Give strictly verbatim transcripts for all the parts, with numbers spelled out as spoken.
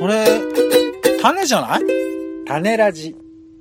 それ、種じゃない？ 種ラジ。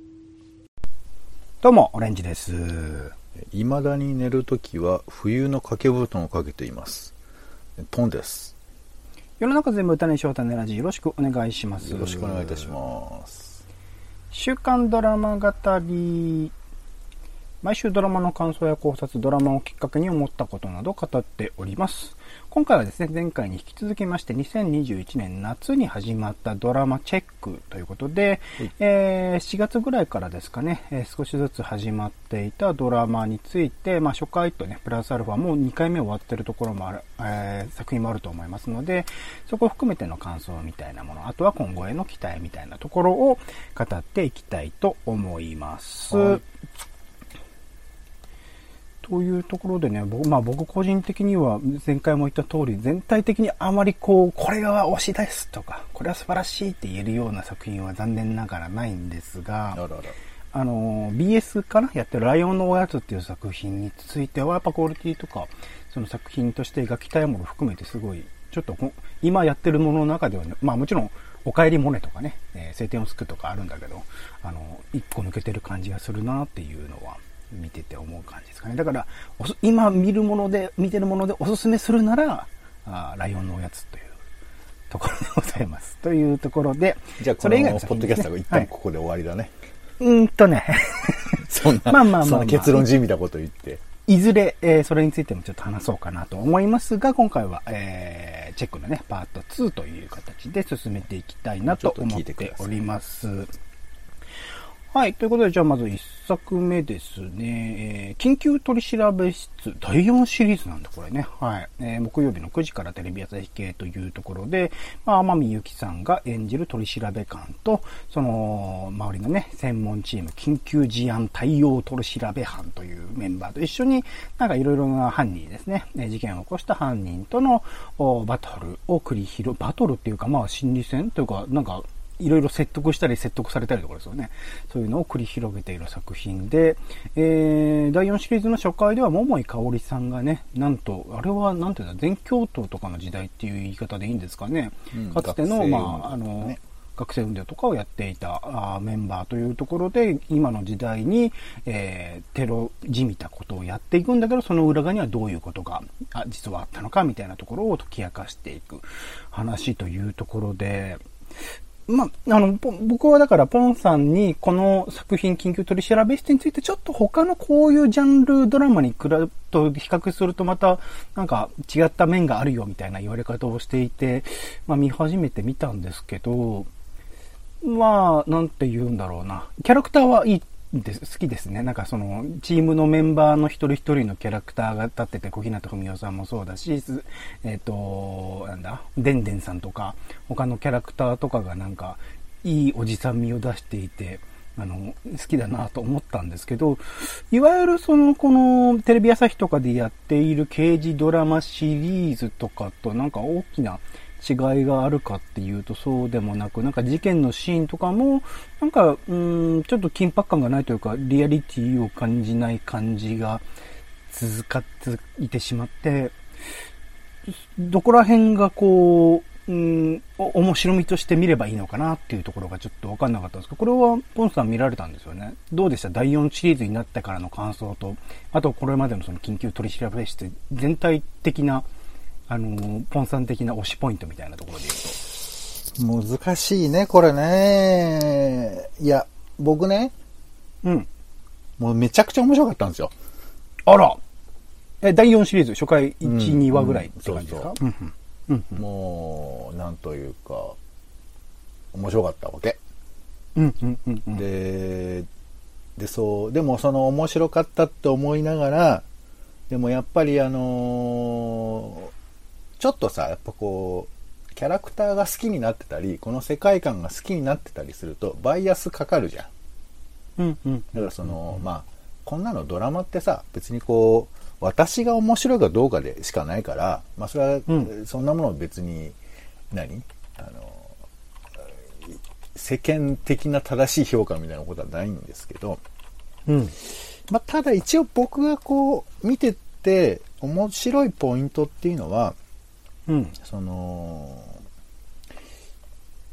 どうも、オレンジです。 未だに寝るときは冬の掛け布団をかけています。ポンです。 世の中全部歌にしよう種ラジ、よろしくお願いします。 よろしくお願いいたします。 週刊ドラマ語り。毎週ドラマの感想や考察、ドラマをきっかけに思ったことなど語っております。今回はですね、前回に引き続きましてにせんにじゅういちねん夏に始まったドラマチェックということで、えー、しがつぐらいからですかね、えー、少しずつ始まっていたドラマについて、まあ初回とね、プラスアルファもうにかいめ終わってるところもある、えー、作品もあると思いますので、そこを含めての感想みたいなもの、あとは今後への期待みたいなところを語っていきたいと思います。はい、というところでね、僕、まあ僕個人的には前回も言った通り、全体的にあまりこう、これが推しですとか、これは素晴らしいって言えるような作品は残念ながらないんですが、 あららあの、ビーエス かなやってるライオンのおやつっていう作品については、やっぱクオリティとか、その作品として描きたいものを含めてすごい、ちょっと今やってるものの中ではね、まあもちろん、おかえりモネとかね、えー、晴天を救うとかあるんだけど、あの、一個抜けてる感じがするなっていうのは、見てて思う感じですかね。だから今見るもので見てるものでおすすめするならあライオンのおやつというところでございます。というところで、 じゃあこのポッドキャストが一旦ここで終わりだね。 はい、うーんとねそんなまあまあまあ、まあ、そんな結論じみたこと言っていずれ、えー、それについてもちょっと話そうかなと思いますが、今回は、えー、チェックのねパートツーという形で進めていきたいなと思っております。はい。ということで、じゃあまず一作目ですね。えー、緊急取調べ室だいよんシリーズなんだ、これね。はい。えー、木曜日のくじからテレビ朝日系というところで、まあ、天海祐希さんが演じる取調べ官と、その、周りのね、専門チーム、緊急事案対応取調べ班というメンバーと一緒に、なんかいろいろな犯人ですね、事件を起こした犯人とのバトルを繰り広、バトルっていうか、まあ、心理戦というか、なんか、いろいろ説得したり説得されたりとかですよね。そういうのを繰り広げている作品で、えー、だいよんシリーズの初回では桃井かおりさんがね、なんと、あれはなんていうんだ、全教頭とかの時代っていう言い方でいいんですかね。うん、かつての、まあ、あの、ね、学生運動とかをやっていたあメンバーというところで、今の時代に、えー、テロじみたことをやっていくんだけど、その裏側にはどういうことがあ実はあったのかみたいなところを解き明かしていく話というところで、まあ、あの、僕はだからポンさんにこの作品緊急取調べ室についてちょっと他のこういうジャンルドラマに比べと比較するとまたなんか違った面があるよみたいな言われ方をしていて、まあ見始めてみたんですけど、まあ、なんて言うんだろうな。キャラクターはいいです、好きですね。なんかその、チームのメンバーの一人一人のキャラクターが立ってて、小日向文世さんもそうだし、えっと、なんだ、でんでんさんとか、他のキャラクターとかがなんか、いいおじさん味を出していて、あの、好きだなと思ったんですけど、いわゆるその、この、テレビ朝日とかでやっている刑事ドラマシリーズとかとなんか大きな、違いがあるかっていうとそうでもなく、なんか事件のシーンとかもなんかうーんちょっと緊迫感がないというかリアリティを感じない感じが続か続いてしまって、どこら辺がこう、うーん面白みとして見ればいいのかなっていうところがちょっと分かんなかったんですけど、これはポンさん見られたんですよね。どうでした？だいよんシリーズになってからの感想と、あとこれまでのその緊急取調べ室全体的なあの、ポンさん的な推しポイントみたいなところで言うと。難しいね、これね。いや、僕ね。 うん。 もうめちゃくちゃ面白かったんですよ。 あら。え、だいよんシリーズ、初回いち、うん、にわぐらいって感じですか？ そうそう、うん、もう、なんというか、面白かったわけ。 うんうんうんうん、 で、で、そう、でもその面白かったって思いながら、でもやっぱりあのー、ちょっとさ、やっぱこう、キャラクターが好きになってたり、この世界観が好きになってたりすると、バイアスかかるじゃん。 うんうん。 だからその、まあ、こんなのドラマってさ、別にこう、私が面白いかどうかでしかないから、まあそれは、うん、そんなもの別に、何あの、世間的な正しい評価みたいなことはないんですけど、 うん。 まあただ一応僕がこう、見てて面白いポイントっていうのは、 うん、 その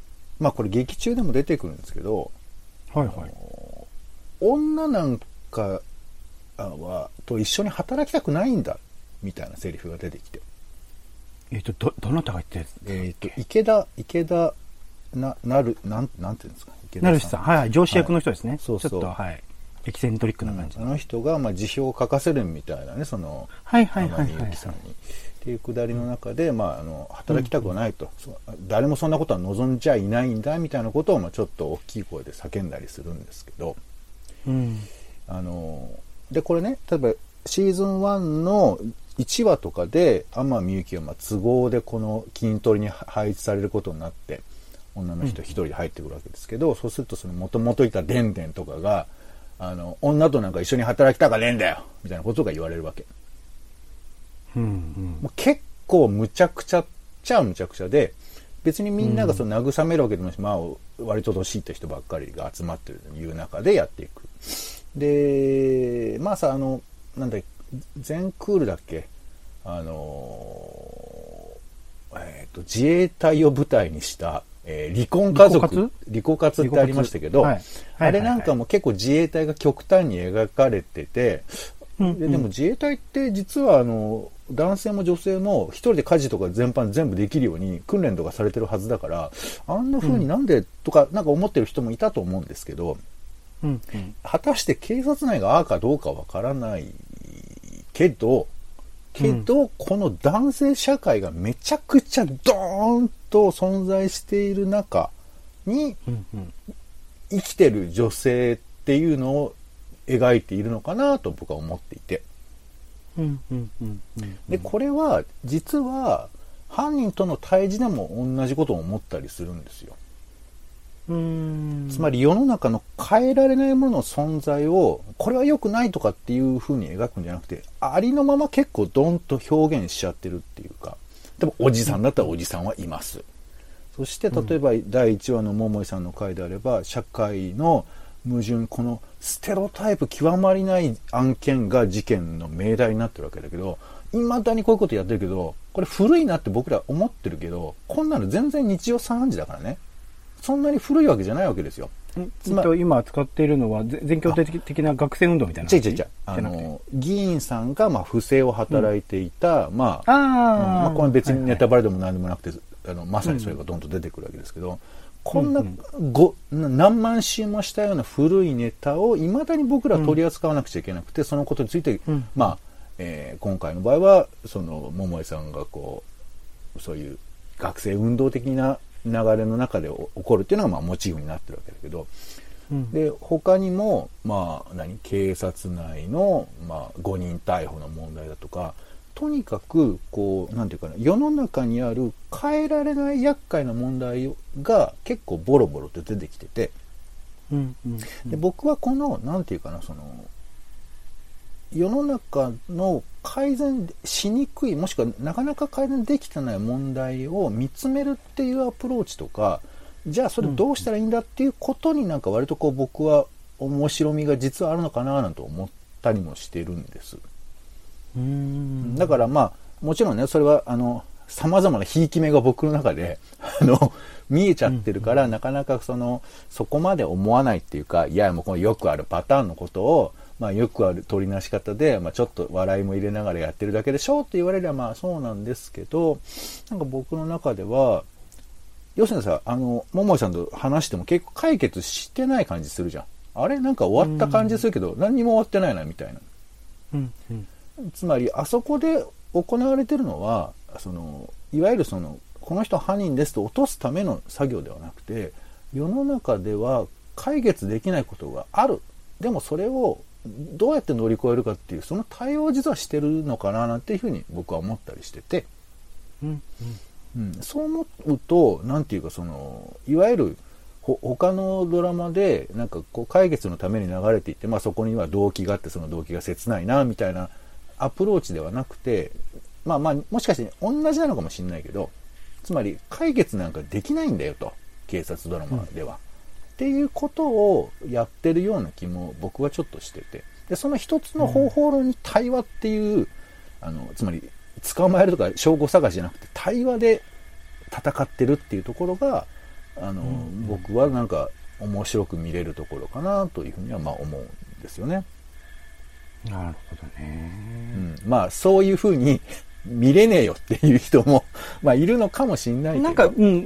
まあこれ劇中でも出てくるんですけど、 はいはい。 女なんかはと一緒に働きたくないんだみたいなセリフが出てきて、 えっ、ー、とどどなたが言ってるんですか。 えっ、ー、と池田池田ななるなんなんていうんですか、池田なるしさん、はいはい、上司役の人ですね。 はい、そうそう、 ちょっとはい。エキセントリックな感じ、 うん、あの人がまあ辞表を書かせるみたいなね、そのはいはいはいはい、 天海祐希さんにっていうくだりの中で、まあ、あの働きたくはないと、うん、誰もそんなことは望んじゃいないんだみたいなことを、まあ、ちょっと大きい声で叫んだりするんですけど、 うん、 あのでこれね、例えばシーズンワンのいちわとかで天海祐希はまあ都合でこの筋トレに配置されることになって女の人一人で入ってくるわけですけど、うん、そうするとその元々いたデンデンとかがあの女となんか一緒に働きたかねえんだよみたいなことが言われるわけ、 うんうん、 もう結構むちゃくちゃっちゃむちゃくちゃで、別にみんながその慰めるわけでもないし、うん、まあ割と年いった人ばっかりが集まってるという中でやっていく。でまあさ、あのなんだ全クールだっけ、あのー、えーと自衛隊を舞台にしたえー、離婚家族、離婚活ってありましたけど、はいはいはいはい、あれなんかも結構自衛隊が極端に描かれてて、うんうん、で, でも自衛隊って実はあの男性も女性も一人で家事とか全般全部できるように訓練とかされてるはずだから、あんな風になんで、うん、とかなんか思ってる人もいたと思うんですけど、うんうん、果たして警察内がああかどうかわからないけど、けど、うん、この男性社会がめちゃくちゃドーンと存在している中に、うんうん、生きてる女性っていうのを描いているのかなと僕は思っていて、 うんうんうんうん、 でこれは実は犯人との対峙でも同じことを思ったりするんですよ。 うーん、 つまり世の中の変えられないものの存在をこれは良くないとかっていう風に描くんじゃなくて、ありのまま結構ドンと表現しちゃってるっていうか、でもおじさんだったらおじさんはいます、うん、そして例えばだいいちわの桃井さんの回であれば社会の矛盾、このステロタイプ極まりない案件が事件の命題になってるわけだけど、未だにこういうことやってるけど、これ古いなって僕ら思ってるけど、こんなの全然日常茶飯事だからね。そんなに古いわけじゃないわけですよ。 つまり今扱っているのは全教的な学生運動みたいな話。違う違う違う。あの議員さんがまあ不正を働いていた、うん、まあ、 あ、 うんまあ、これ別にネタバレでも何でもなくて、はいはい、あのまさにそれがどんと出てくるわけですけど、うん、こんなご何万周もしたような古いネタをいまだに僕ら取り扱わなくちゃいけなくて、うん、そのことについて、うん、まあ、えー、今回の場合はその桃井さんがこうそういう学生運動的な流れの中で起こるっていうのがまあモチーフになってるわけだけど、うん、で他にもまあ何警察内のまあごにん逮捕の問題だとか、とにかくこうなんていうかな、世の中にある変えられない厄介な問題が結構ボロボロと出てきてて、 うんうんうん、 で僕はこのなんていうかな、その世の中の改善しにくい、もしくはなかなか改善できてない問題を見つめるっていうアプローチとか、じゃあそれどうしたらいいんだっていうことになんか割とこう僕は面白みが実はあるのかななんて思ったりもしてるんです。 うーん、 だからまあもちろんね、それはあの様々なひいき目が僕の中であの見えちゃってるから、うん、なかなかそのそこまで思わないっていうか、いやもうこのよくあるパターンのことをまあ、よくある取りなし方で、まあ、ちょっと笑いも入れながらやってるだけでしょって言われればまあそうなんですけど、なんか僕の中では要するにさ、あの桃井さんと話しても結構解決してない感じするじゃん。あれなんか終わった感じするけど、うん、何にも終わってないなみたいな、 うんうん、 つまりあそこで行われてるのはそのいわゆるそのこの人犯人ですと落とすための作業ではなくて、世の中では解決できないことがある、でもそれをどうやって乗り越えるかっていうその対応を実はしてるのかななんていうふうに僕は思ったりしてて、 うんうんうん、そう思うとなんていうか、そのいわゆるほ他のドラマでなんかこう解決のために流れていって、まあ、そこには動機があってその動機が切ないなみたいなアプローチではなくて、まあまあもしかして同じなのかもしれないけど、つまり解決なんかできないんだよと、警察ドラマでは、うんっていうことをやってるような気も僕はちょっとしてて、でその一つの方法論に対話っていう、うん、あのつまり捕まえるとか証拠探しじゃなくて対話で戦ってるっていうところがあの、うん、僕はなんか面白く見れるところかなというふうにはまあ思うんですよね。 なるほどね。 うん、まあそういうふうに見れねえよっていう人もまあいるのかもしれないけど。 なんか、うん、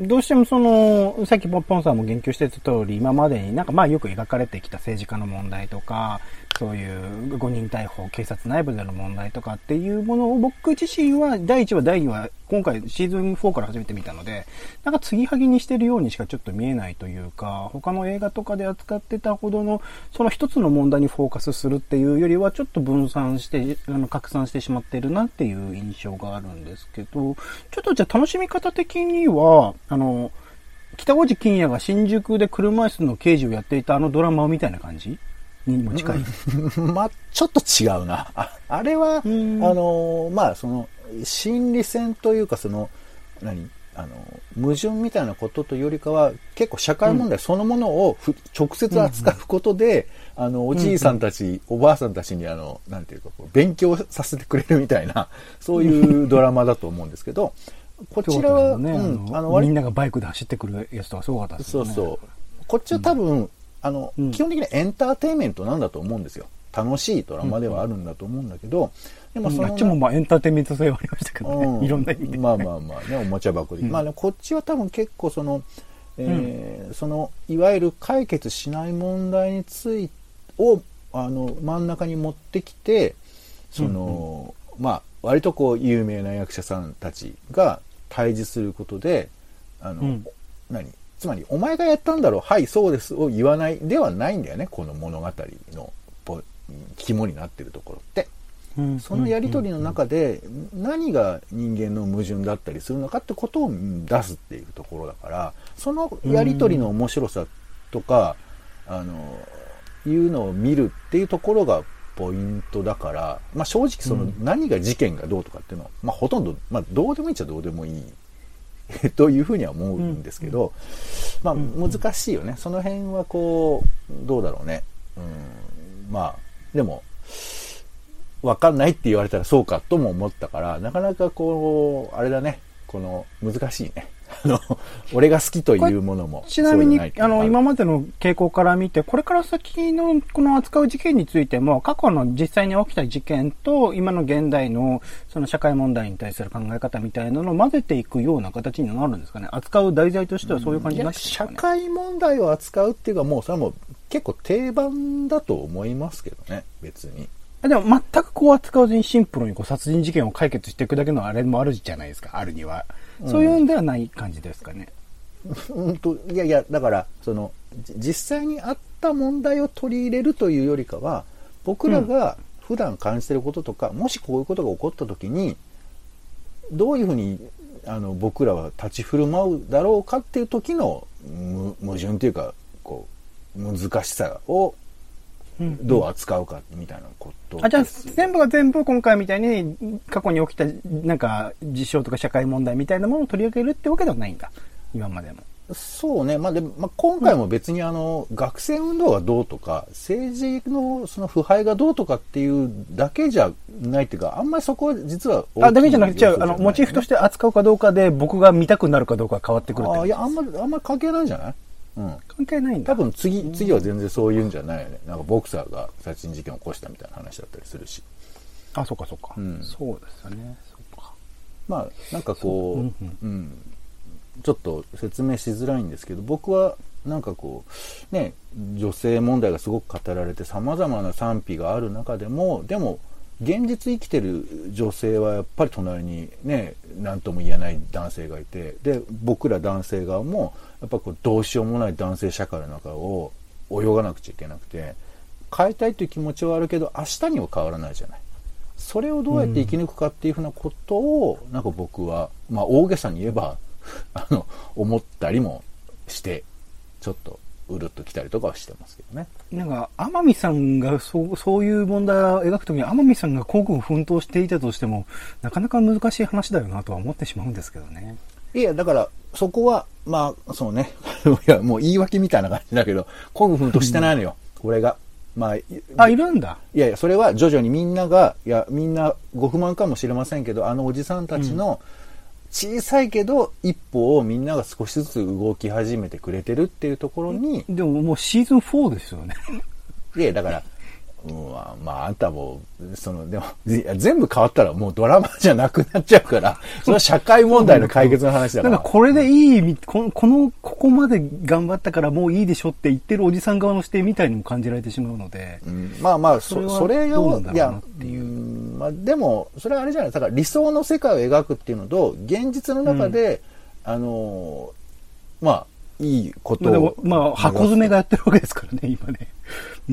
どうしてもその、さっきポンさんも言及してた通り、今までになんかまあよく描かれてきた政治家の問題とか、そういう誤認逮捕、警察内部での問題とかっていうものを僕自身はだいいちわ、だいにわ、今回シーズンフォーから初めて見たので、なんか継ぎはぎにしてるようにしかちょっと見えないというか、他の映画とかで扱ってたほどの、その一つの問題にフォーカスするっていうよりは、ちょっと分散して、あの、拡散してしまってるなっていう印象があるんですけど、ちょっとじゃあ楽しみ方的には、あの、北大路欣也が新宿で車椅子の刑事をやっていたあのドラマみたいな感じにも近い。 まあ、ちょっと違うな。あ、あれは、あの、まあ、その、心理戦というか、その、何あの、矛盾みたいなことというよりかは、結構社会問題そのものをふ、うん、直接扱うことで、うん、あの、おじいさんたち、うん、おばあさんたちに、あの、なんていうか、こう勉強させてくれるみたいな、そういうドラマだと思うんですけど、こちらは、 ね、うん、あの、みんながバイクで走ってくるやつとかすごかったですね。 そうそう。こっちは多分、うんあの、うん、基本的にエンターテインメントなんだと思うんですよ。楽しいドラマではあるんだと思うんだけど、 うん、でもその、あっちもまあエンターテインメント性はありましたけどね。うん、いろんな意味で。 まあまあまあね、おもちゃ箱で。うん、まあね、こっちは多分結構その、えーうん、その、いわゆる解決しない問題について、を、あの、真ん中に持ってきて、その、うんうん、まあ、割とこう、有名な役者さんたちが対峙することで、あの、うん、何つまり、お前がやったんだろう、はい、そうですを言わないではないんだよね、この物語の肝になってるところって。うん、そのやりとりの中で、何が人間の矛盾だったりするのかってことを出すっていうところだから、そのやりとりの面白さとか、あの、いうのを見るっていうところがポイントだから、まあ正直その何が事件がどうとかっていうのは、まあほとんど、まあどうでもいいっちゃどうでもいい。というふうには思うんですけど、まあ難しいよね。その辺はこう、どうだろうね。うん、まあ、でも、わかんないって言われたらそうかとも思ったから、なかなかこう、あれだね。この、難しいね。あの、俺が好きというものもちなみに、あの、今までの傾向から見て、これから先のこの扱う事件についても、過去の実際に起きた事件と、今の現代のその社会問題に対する考え方みたいなのを混ぜていくような形になるんですかね。扱う題材としてはそういう感じになってますかね。 社会問題を扱うっていうか、もうそれはもう結構定番だと思いますけどね、別に。 でも全くこう扱わずにシンプルにこう殺人事件を解決していくだけのあれもあるじゃないですか、あるには。そういうんではない感じですかね。 うんと、いやいや、だから、その、実際にあった問題を取り入れるというよりかは、僕らが普段感じていることとか、うん、もしこういうことが起こった時に、どういうふうに、あの、僕らは立ち振る舞うだろうかっていう時の矛盾というか、こう、難しさを、どう扱うかみたいなこと、 うん、あ、じゃあ全部が全部今回みたいに過去に起きたなんか事象とか社会問題みたいなものを取り上げるってわけではないんだ、今までも。 そうね。まあでも、まあ、今回も別にあの、うん、学生運動がどうとか政治のその腐敗がどうとかっていうだけじゃないっていうか、あんまりそこは実は大きい、あ、だけじゃなくて、違う、あのモチーフとして扱うかどうかで僕が見たくなるかどうか変わってくるって。 あ、いや、あんまりあんまり関係ないんじゃない？うん、 関係ないんだ。 多分次、次は全然そういうんじゃないよね。なんかボクサーが殺人事件を起こしたみたいな話だったりするし。 あ、そうかそうか。うん、そうですよね。そうか。 まあ、なんかこう、うん、うん、ちょっと説明しづらいんですけど、僕はなんかこう、ね、女性問題がすごく語られて様々な賛否がある中でも、でも、現実生きてる女性はやっぱり隣にね、何とも言えない男性がいて、で、僕ら男性側も、やっぱこうどうしようもない男性社会の中を泳がなくちゃいけなくて、変えたいという気持ちはあるけど、明日には変わらないじゃない。それをどうやって生き抜くかっていうふうなことを、うん、なんか僕は、まあ大げさに言えば、あの、思ったりもして、ちょっと、うるっと来たりとかはしてますけどね。 なんか天海さんがそうそういう問題を描くときに天海さんが孤軍奮闘していたとしてもなかなか難しい話だよなとは思ってしまうんですけどね。 いやだからそこはまあそうねいやもう言い訳みたいな感じだけど孤軍奮闘してないのよ俺が。まあ、あいるんだ。 いやいやそれは徐々にみんながいやみんなご不満かもしれませんけどあのおじさんたちの、 小さいけど一歩をみんなが少しずつ動き始めてくれてるっていうところに。 でももうシーズンフォーですよね。 いやだから、うん、まああんたもそのでも全部変わったらもうドラマじゃなくなっちゃうから、それは社会問題の解決の話だから。 なんかこれでいいこのこのここまで頑張ったからもういいでしょって言ってるおじさん側の視点みたいにも感じられてしまうので、 うん、まあまあそそれをいやっていう、うん、まあでもそれはあれじゃない、だから理想の世界を描くっていうのと現実の中で、うん、あのまあいいことを、でもまあ箱詰めがやってるわけですからね今ね。うん、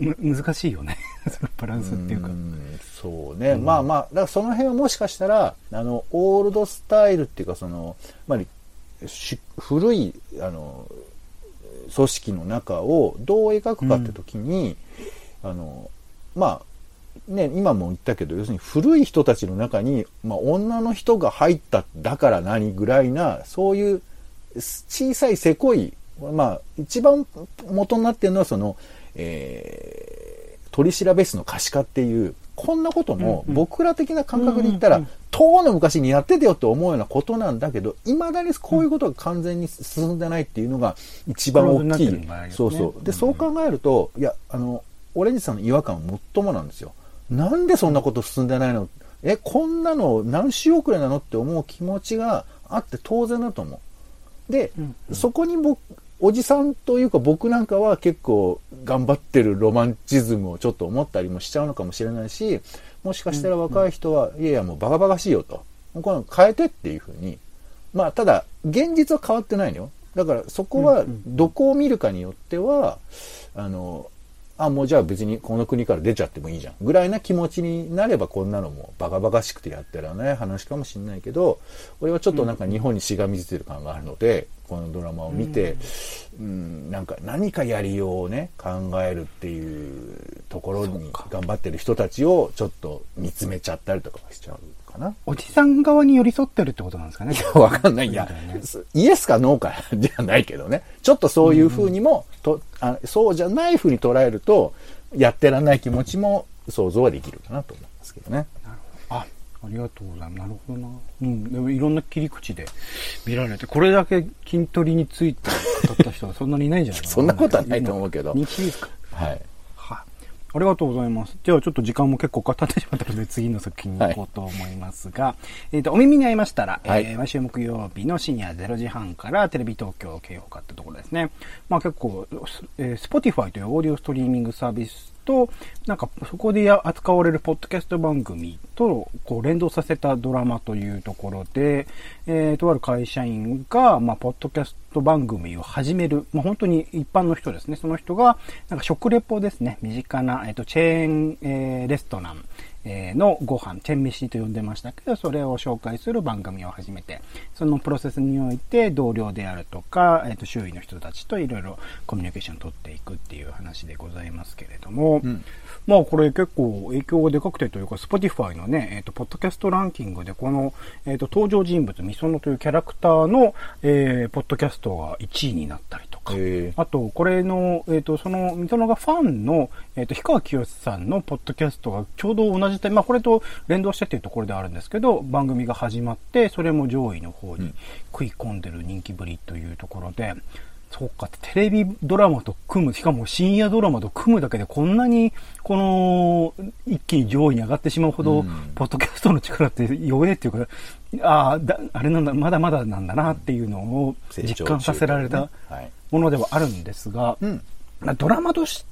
難しいよねそのバランスっていうか。 うんそうね、うん、まあまあだからその辺はもしかしたらあのオールドスタイルっていうかその、まあ、古いあの組織の中をどう描くかって時に、うん、あのまあね今も言ったけど要するに古い人たちの中に、まあ、女の人が入っただから何ぐらいなそういう小さいせこいまあ一番元になってるのはそのえー、取り調べ室の可視化っていうこんなことも僕ら的な感覚で言ったら、うんうん、遠の昔にやっててよって思うようなことなんだけどいまだにこういうことが完全に進んでないっていうのが一番大きい、ね、そうそうで、うん、そう考えるといやあのオレンジさんの違和感はもっともなんですよ。なんでそんなこと進んでないの、えこんなの何週遅れなのって思う気持ちがあって当然だと思う。で、うんうん、そこに僕おじさんというか僕なんかは結構頑張ってるロマンチズムをちょっと思ったりもしちゃうのかもしれないし、もしかしたら若い人は、うんうん、いやいやもうバカバカしいよと。これ変えてっていうふうに。まあただ現実は変わってないのよ。だからそこはどこを見るかによっては、あの、あ、もうじゃあ別にこの国から出ちゃってもいいじゃん。ぐらいな気持ちになればこんなのもバカバカしくてやってらない話かもしれないけど、俺はちょっとなんか日本にしがみついてる感があるので、このドラマを見て、うん、うん、なんか何かやりようをね、考えるっていうところに頑張ってる人たちをちょっと見つめちゃったりとかしちゃうかな。 おじさん側に寄り添ってるってことなんですかね。 いや、わかんない。いや、ね、イエスかノーかじゃないけどね。ちょっとそういう風にも、うんうん、とあそうじゃない風に捉えると、やってらんない気持ちも想像はできるかなと思いますけどね。 なるほど。あ、ありがとうございます。なるほどな。うん。でもいろんな切り口で見られて、これだけ筋トレについて語った人はそんなにいないんじゃないかな。 そんなことはないと思うけど。 人気ですか。 はい。 はい。ありがとうございます。ではちょっと時間も結構経ってしまったので次の作品に行こうと思いますが、はい、えっ、ー、と、お耳に合いましたら、はい、えー、毎週木曜日の深夜れいじはんからテレビ東京系報かってところですね。まあ結構、えー、Spotify というオーディオストリーミングサービスと、なんかそこで扱われるポッドキャスト番組とこう連動させたドラマというところで、えー、とある会社員が、まあ、ポッドキャスト番組を始める、まあ、本当に一般の人ですね。その人が、なんか食レポですね。身近な、えっと、チェーン、えー、レストラン、えー、のご飯、チェン飯と呼んでましたけど、それを紹介する番組を始めて、そのプロセスにおいて同僚であるとか、えっと、周囲の人たちといろいろコミュニケーションを取っていくっていう話でございますけれども、うん、まあこれ結構影響がでかくてというか、Spotify のね、えっと、ポッドキャストランキングでこの、えっと、登場人物、みそのというキャラクターの、えー、ポッドキャストがいちいになったりとか、あと、これの、えっと、その、みそのがファンの、えっと、氷川きよしさんのポッドキャストがちょうど同じまあこれと連動してっていうところであるんですけど、番組が始まって、それも上位の方に食い込んでる人気ぶりというところで、うん、そうか、テレビドラマと組む、しかも深夜ドラマと組むだけでこんなに、この、一気に上位に上がってしまうほど、うん、ポッドキャストの力って弱いっていうか、ああ、だ、あれなんだ、まだまだなんだなっていうのを実感させられたものではあるんですが、うん、ドラマとして、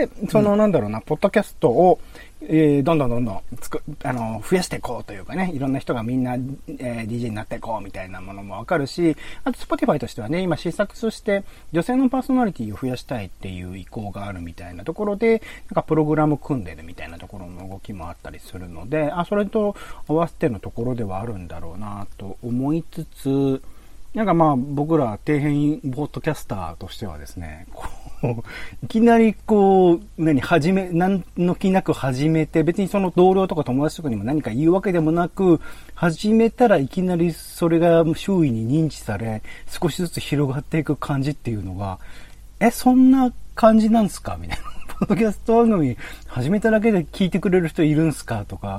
その、なんだろうな、うん、ポッドキャストを、えー、どんどんどんどんつく、あの、増やしていこうというかね、いろんな人がみんな、えー、ディージェー になっていこうみたいなものもわかるし、あと、Spotify としてはね、今、施策として、女性のパーソナリティを増やしたいっていう意向があるみたいなところで、なんか、プログラム組んでるみたいなところの動きもあったりするので、あ、それと合わせてのところではあるんだろうな、と思いつつ、なんかまあ、僕ら、底辺ポッドキャスターとしてはですね、こういきなりこう、何、始め、何の気なく始めて、別にその同僚とか友達とかにも何か言うわけでもなく、始めたらいきなりそれが周囲に認知され、少しずつ広がっていく感じっていうのが、え、そんな感じなんすかみたいな。ポッドキャスト番組始めただけで聞いてくれる人いるんすかとか、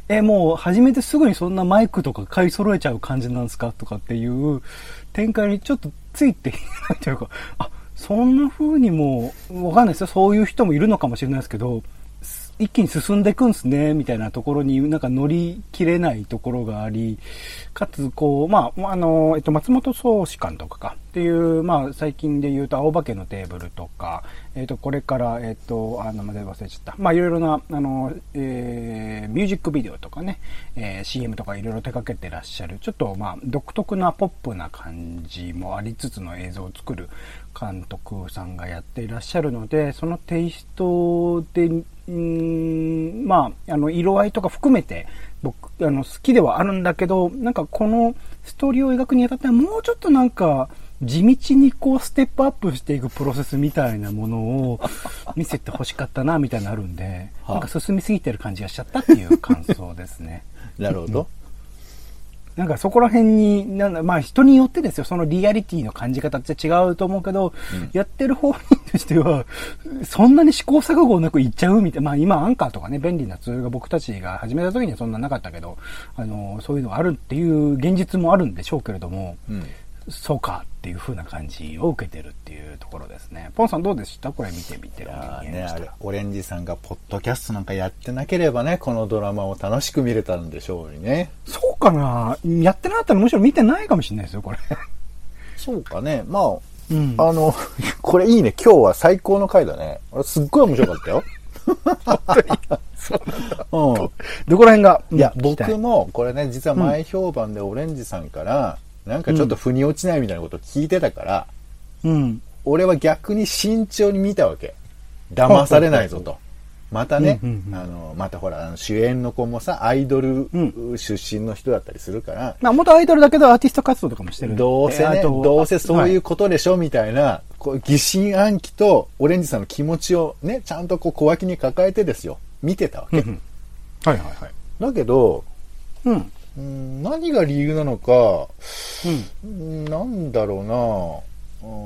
え、もう始めてすぐにそんなマイクとか買い揃えちゃう感じなんですかとかっていう展開にちょっとついていないというか、あ、そんな風にもう、わかんないですよ。そういう人もいるのかもしれないですけど、一気に進んでいくんすね、みたいなところになんか乗り切れないところがあり、かつ、こう、まあ、あの、えっと、松本宗志監督かっていう、まあ、最近で言うと、青化けのテーブルとか、えっと、これから、えっと、あの、まで忘れちゃった。まあ、いろいろな、あの、えー、ミュージックビデオとかね、えー、シーエム とかいろいろ手掛けてらっしゃる、ちょっと、まあ、独特なポップな感じもありつつの映像を作る監督さんがやっていらっしゃるので、そのテイストで、うーん、まあ、あの、色合いとか含めて、僕、あの、好きではあるんだけど、なんかこのストーリーを描くにあたっては、もうちょっとなんか、地道にこう、ステップアップしていくプロセスみたいなものを見せて欲しかったな、みたいなのあるんで、なんか進みすぎてる感じがしちゃったっていう感想ですね。 なるほど。 なんかそこら辺に、なんだ、まあ人によってですよ、そのリアリティの感じ方って違うと思うけど、うん、やってる方人としては、そんなに試行錯誤なくいっちゃうみたいな、まあ今アンカーとかね、便利なツールが僕たちが始めた時にはそんななかったけど、あの、そういうのがあるっていう現実もあるんでしょうけれども、うん、そうかっていう風な感じを受けてるっていうところですね。ポンさんどうでした？これ見てみて。いやね、あれ、オレンジさんがポッドキャストなんかやってなければね、このドラマを楽しく見れたんでしょうにね。 そうかな？やってなかったらむしろ見てないかもしれないですよ、これ。 そうかね。まあ、うん、あの、これいいね。今日は最高の回だね。あれすっごい面白かったよ。 本当にそうなんだ。うん。どこら辺が、 いや、僕も、これね、実は前評判でオレンジさんから、うん、なんかちょっと腑に落ちないみたいなことを聞いてたから、うん。俺は逆に慎重に見たわけ。騙されないぞと。またね、うんうんうん、あの、またほら、主演の子もさ、アイドル出身の人だったりするから。 まあ、元アイドルだけどアーティスト活動とかもしてるんで。 どうせね、どうせそういうことでしょ、はい、みたいな、こう疑心暗鬼とオレンジさんの気持ちをね、ちゃんとこう小脇に抱えてですよ、見てたわけ。うんうん、はいはいはい。だけど、うん、うん何が理由なのか、うん、なんだろうな、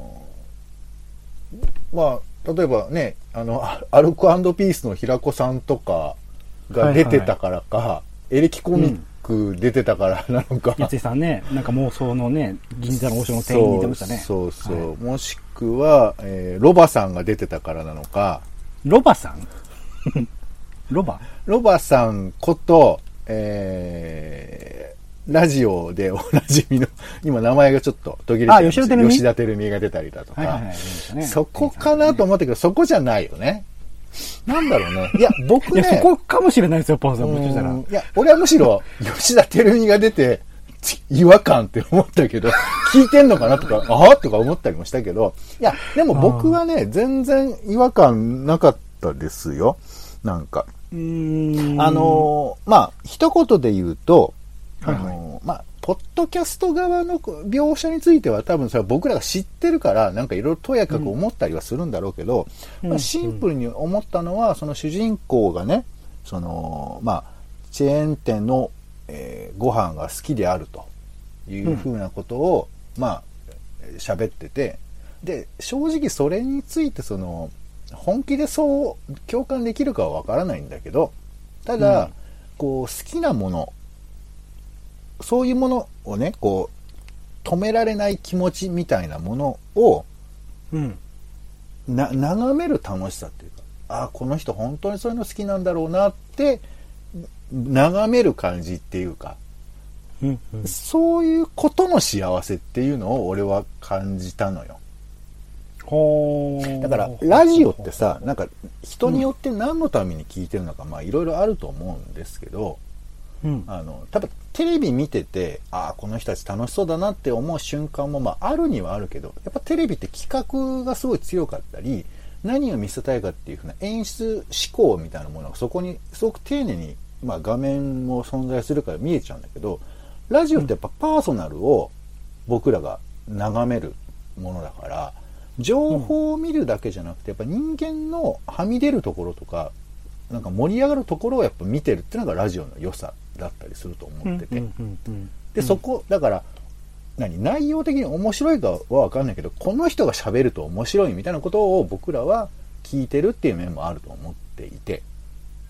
うん、まあ、例えばね、あの、アルコ&ピースの平子さんとかが出てたからか、はいはい、エレキコミック出てたからなのか。 やついさんね、なんか妄想のね、銀座の王将の店員に出ましたね。 そうそうそう、はい、もしくは、えー、ロバさんが出てたからなのか。 ロバさんロバロバさんこと、えー、ラジオでおなじみの、今名前がちょっと途切れてるんですけど、吉田照美が出たりだとか、はいはいはいね、そこかなと思ったけど、そこじゃないよね。なんだろうね。いや、僕ね。いや、 そこかもしれないですよ、ポンさん。もしかしたら。 いや、俺はむしろ、吉田照美が出て、違和感って思ったけど、聞いてんのかなとか、ああとか思ったりもしたけど、いや、でも僕はね、全然違和感なかったですよ。なんか。うーんあの、まあ、一言で言うと、あの、はいはい、まあ、ポッドキャスト側の描写については多分それは僕らが知ってるから、なんかいろいろとやかく思ったりはするんだろうけど、うんまあ、シンプルに思ったのは、その主人公がね、その、まあ、チェーン店の、えー、ご飯が好きであるというふうなことを、うん、まあ、喋ってて、で、正直それについてその、本気でそう共感できるかはわからないんだけど、ただ、うん、こう、好きなもの、そういうものをね、こう、止められない気持ちみたいなものを、うん、な、眺める楽しさっていうか、ああ、この人本当にそういうの好きなんだろうなって、眺める感じっていうか、うんうん、そういうことの幸せっていうのを俺は感じたのよ。だから、ラジオってさ、なんか人によって何のために聞いてるのか、まあいろいろあると思うんですけど、うん、あの多分テレビ見ててああこの人たち楽しそうだなって思う瞬間もまああるにはあるけどやっぱテレビって企画がすごい強かったり何を見せたいかっていう風な演出思考みたいなものがそこにすごく丁寧に、まあ、画面も存在するから見えちゃうんだけどラジオってやっぱパーソナルを僕らが眺めるものだから情報を見るだけじゃなくてやっぱ人間のはみ出るところとかなんか盛り上がるところをやっぱ見てるっていうのがラジオの良さだったりすると思ってて、でそこだから何内容的に面白いかは分かんないけどこの人が喋ると面白いみたいなことを僕らは聞いてるっていう面もあると思っていて、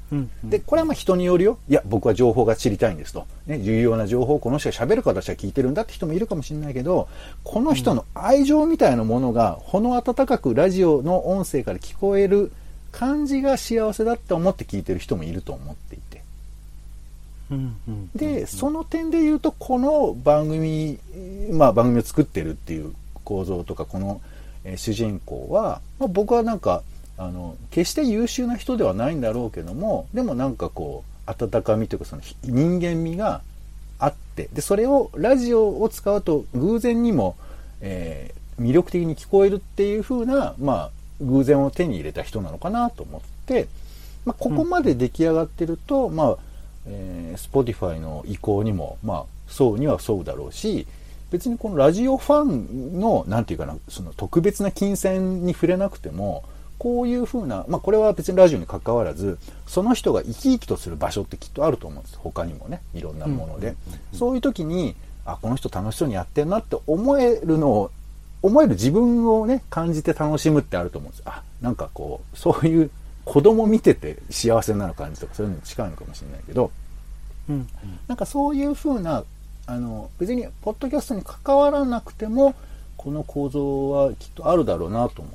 うんうん、 で、これはまあ人によるよ。いや、僕は情報が知りたいんですと。ね、重要な情報をこの人が喋るから私は聞いてるんだって人もいるかもしれないけど、この人の愛情みたいなものが、ほの温かくラジオの音声から聞こえる感じが幸せだって思って聞いてる人もいると思っていて。 うんうん、 で、その点で言うと、この番組、まあ番組を作ってるっていう構造とか、この、えー、主人公は、まあ、僕はなんか、あの、決して優秀な人ではないんだろうけども、でもなんかこう、温かみというか、その人間味があって、で、それを、ラジオを使うと偶然にも、えー、魅力的に聞こえるっていう風な、まあ、偶然を手に入れた人なのかなと思って、まあ、ここまで出来上がってると、うん、まあ、えー、Spotify の意向にも、まあ、そうにはそうだろうし、別にこのラジオファンの、なんていうかな、その特別な金銭に触れなくても、こういう風な、まあこれは別にラジオに関わらず、その人が生き生きとする場所ってきっとあると思うんです。他にもね、いろんなもので。そういう時に、あ、この人楽しそうにやってんなって思えるのを、思える自分をね、感じて楽しむってあると思うんです。あ、なんかこう、そういう子供見てて幸せになる感じとか、そういうのに近いのかもしれないけど、 うんうん、 なんかそういう風な、あの、別にポッドキャストに関わらなくても、この構造はきっとあるだろうなと思って、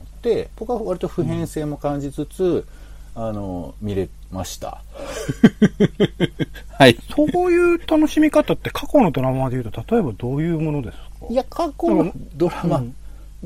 僕は割と普遍性も感じつつ、うん、あの、見れました。 はい。そういう楽しみ方って過去のドラマで言うと、例えばどういうものですか？ いや、過去のドラマ、うん、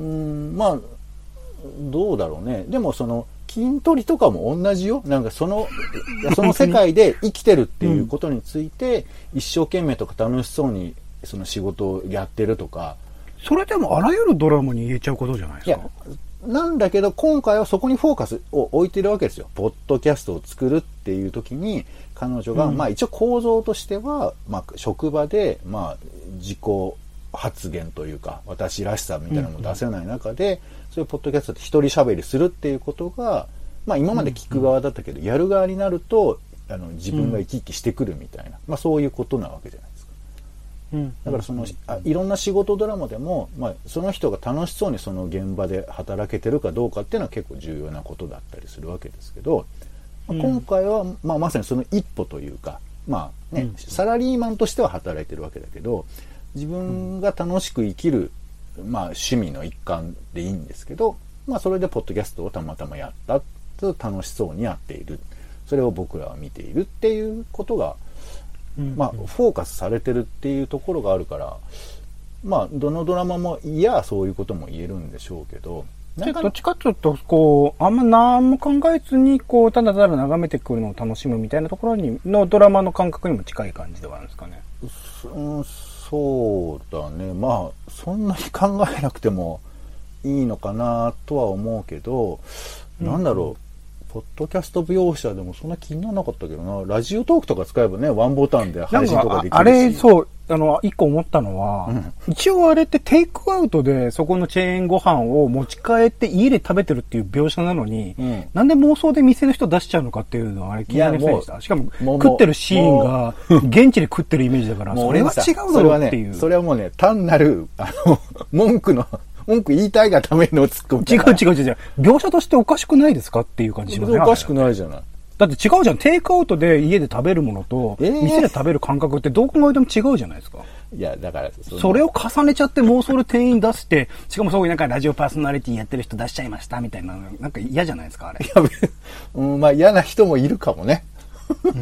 ん、まあ、どうだろうね。でもその、筋トレとかも同じよ。なんかその、その世界で生きてるっていうことについて、一生懸命とか楽しそうにその仕事をやってるとか。 それでもあらゆるドラマに言えちゃうことじゃないですか。いや、なんだけど今回はそこにフォーカスを置いてるわけですよ。ポッドキャストを作るっていう時に、彼女が、うん、まあ一応構造としては、まあ職場で、まあ自己発言というか、私らしさみたいなのも出せない中で、うんうん、そういうポッドキャストで一人喋りするっていうことが、まあ今まで聞く側だったけど、うんうん、やる側になると、あの自分が生き生きしてくるみたいな、まあそういうことなわけじゃないですか。うん、だからそのあいろんな仕事ドラマでも、まあ、その人が楽しそうにその現場で働けてるかどうかっていうのは結構重要なことだったりするわけですけど、まあ、今回は、まあ、まさにその一歩というか、まあね、うん、サラリーマンとしては働いてるわけだけど、自分が楽しく生きる、まあ、趣味の一環でいいんですけど、まあ、それでポッドキャストをたまたまやったと楽しそうにやっている、それを僕らは見ているっていうことがまあ、フォーカスされてるっていうところがあるから、まあ、どのドラマも、いや、そういうことも言えるんでしょうけど、 なんかどっちかちょっと、こう、あんま何も考えずに、こう、ただただ眺めてくるのを楽しむみたいなところに、のドラマの感覚にも近い感じではあるんですかね。 そ, そうだね。まあ、そんなに考えなくてもいいのかなとは思うけど、うん、なんだろう。ポッドキャスト描写でもそんな気にならなかったけどな。ラジオトークとか使えばね、ワンボタンで配信とかできるし。 あれ、そう、あの、一個思ったのは、うん、一応あれってテイクアウトでそこのチェーンご飯を持ち帰って家で食べてるっていう描写なのに、うん、なんで妄想で店の人出しちゃうのかっていうのはあれ気になりませんでした。しかも食ってるシーンが現地で食ってるイメージだから、それは違うだろうっていう。 それはね、それはもうね、単なる、あの、文句の、文句言いたいがための突っ込み。 違う違う違う違う。描写としておかしくないですかっていう感じしますね。 おかしくないじゃない。 だって違うじゃん。テイクアウトで家で食べるものと、えー、店で食べる感覚ってどう考えても違うじゃないですか。 いや、だからそ、それを重ねちゃって妄想で店員出して、しかもそういうなんかラジオパーソナリティやってる人出しちゃいましたみたいな、なんか嫌じゃないですか、あれ。いや、 うん、まあ嫌な人もいるかもね。うん、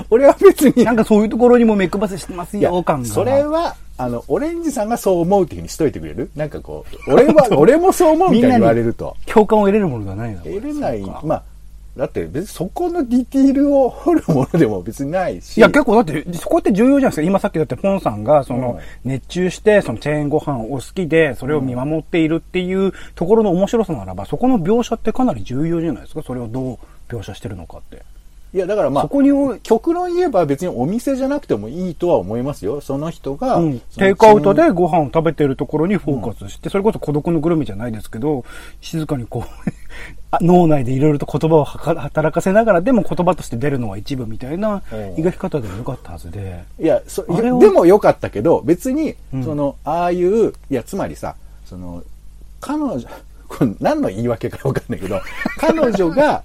俺は別に。 なんかそういうところにも目配せしてますよ、感が。 それは、あの、オレンジさんがそう思うっていうふうにしといてくれる？なんかこう、俺は、俺もそう思うみたいに言われると。 共感を得れるものではないの？ 得れない。まあ、だって別にそこのディティールを掘るものでも別にないし。 いや結構だってそこって重要じゃないですか。今さっきだってポンさんがその熱中してそのチェーンご飯を好きでそれを見守っているっていうところの面白さならば、そこの描写ってかなり重要じゃないですか。それをどう描写してるのかって。 いやだからまあそこに極論言えば別にお店じゃなくてもいいとは思いますよ。その人が、 うん、テイクアウトでご飯を食べてるところにフォーカスして、うん、それこそ孤独のグルメじゃないですけど、静かにこう脳内でいろいろと言葉を働かせながらでも言葉として出るのは一部みたいな描き方でもよかったはずで。 いやそでもよかったけど別にその、うん、ああいういやつまりさその彼女これ何の言い訳かわかんないけど彼女が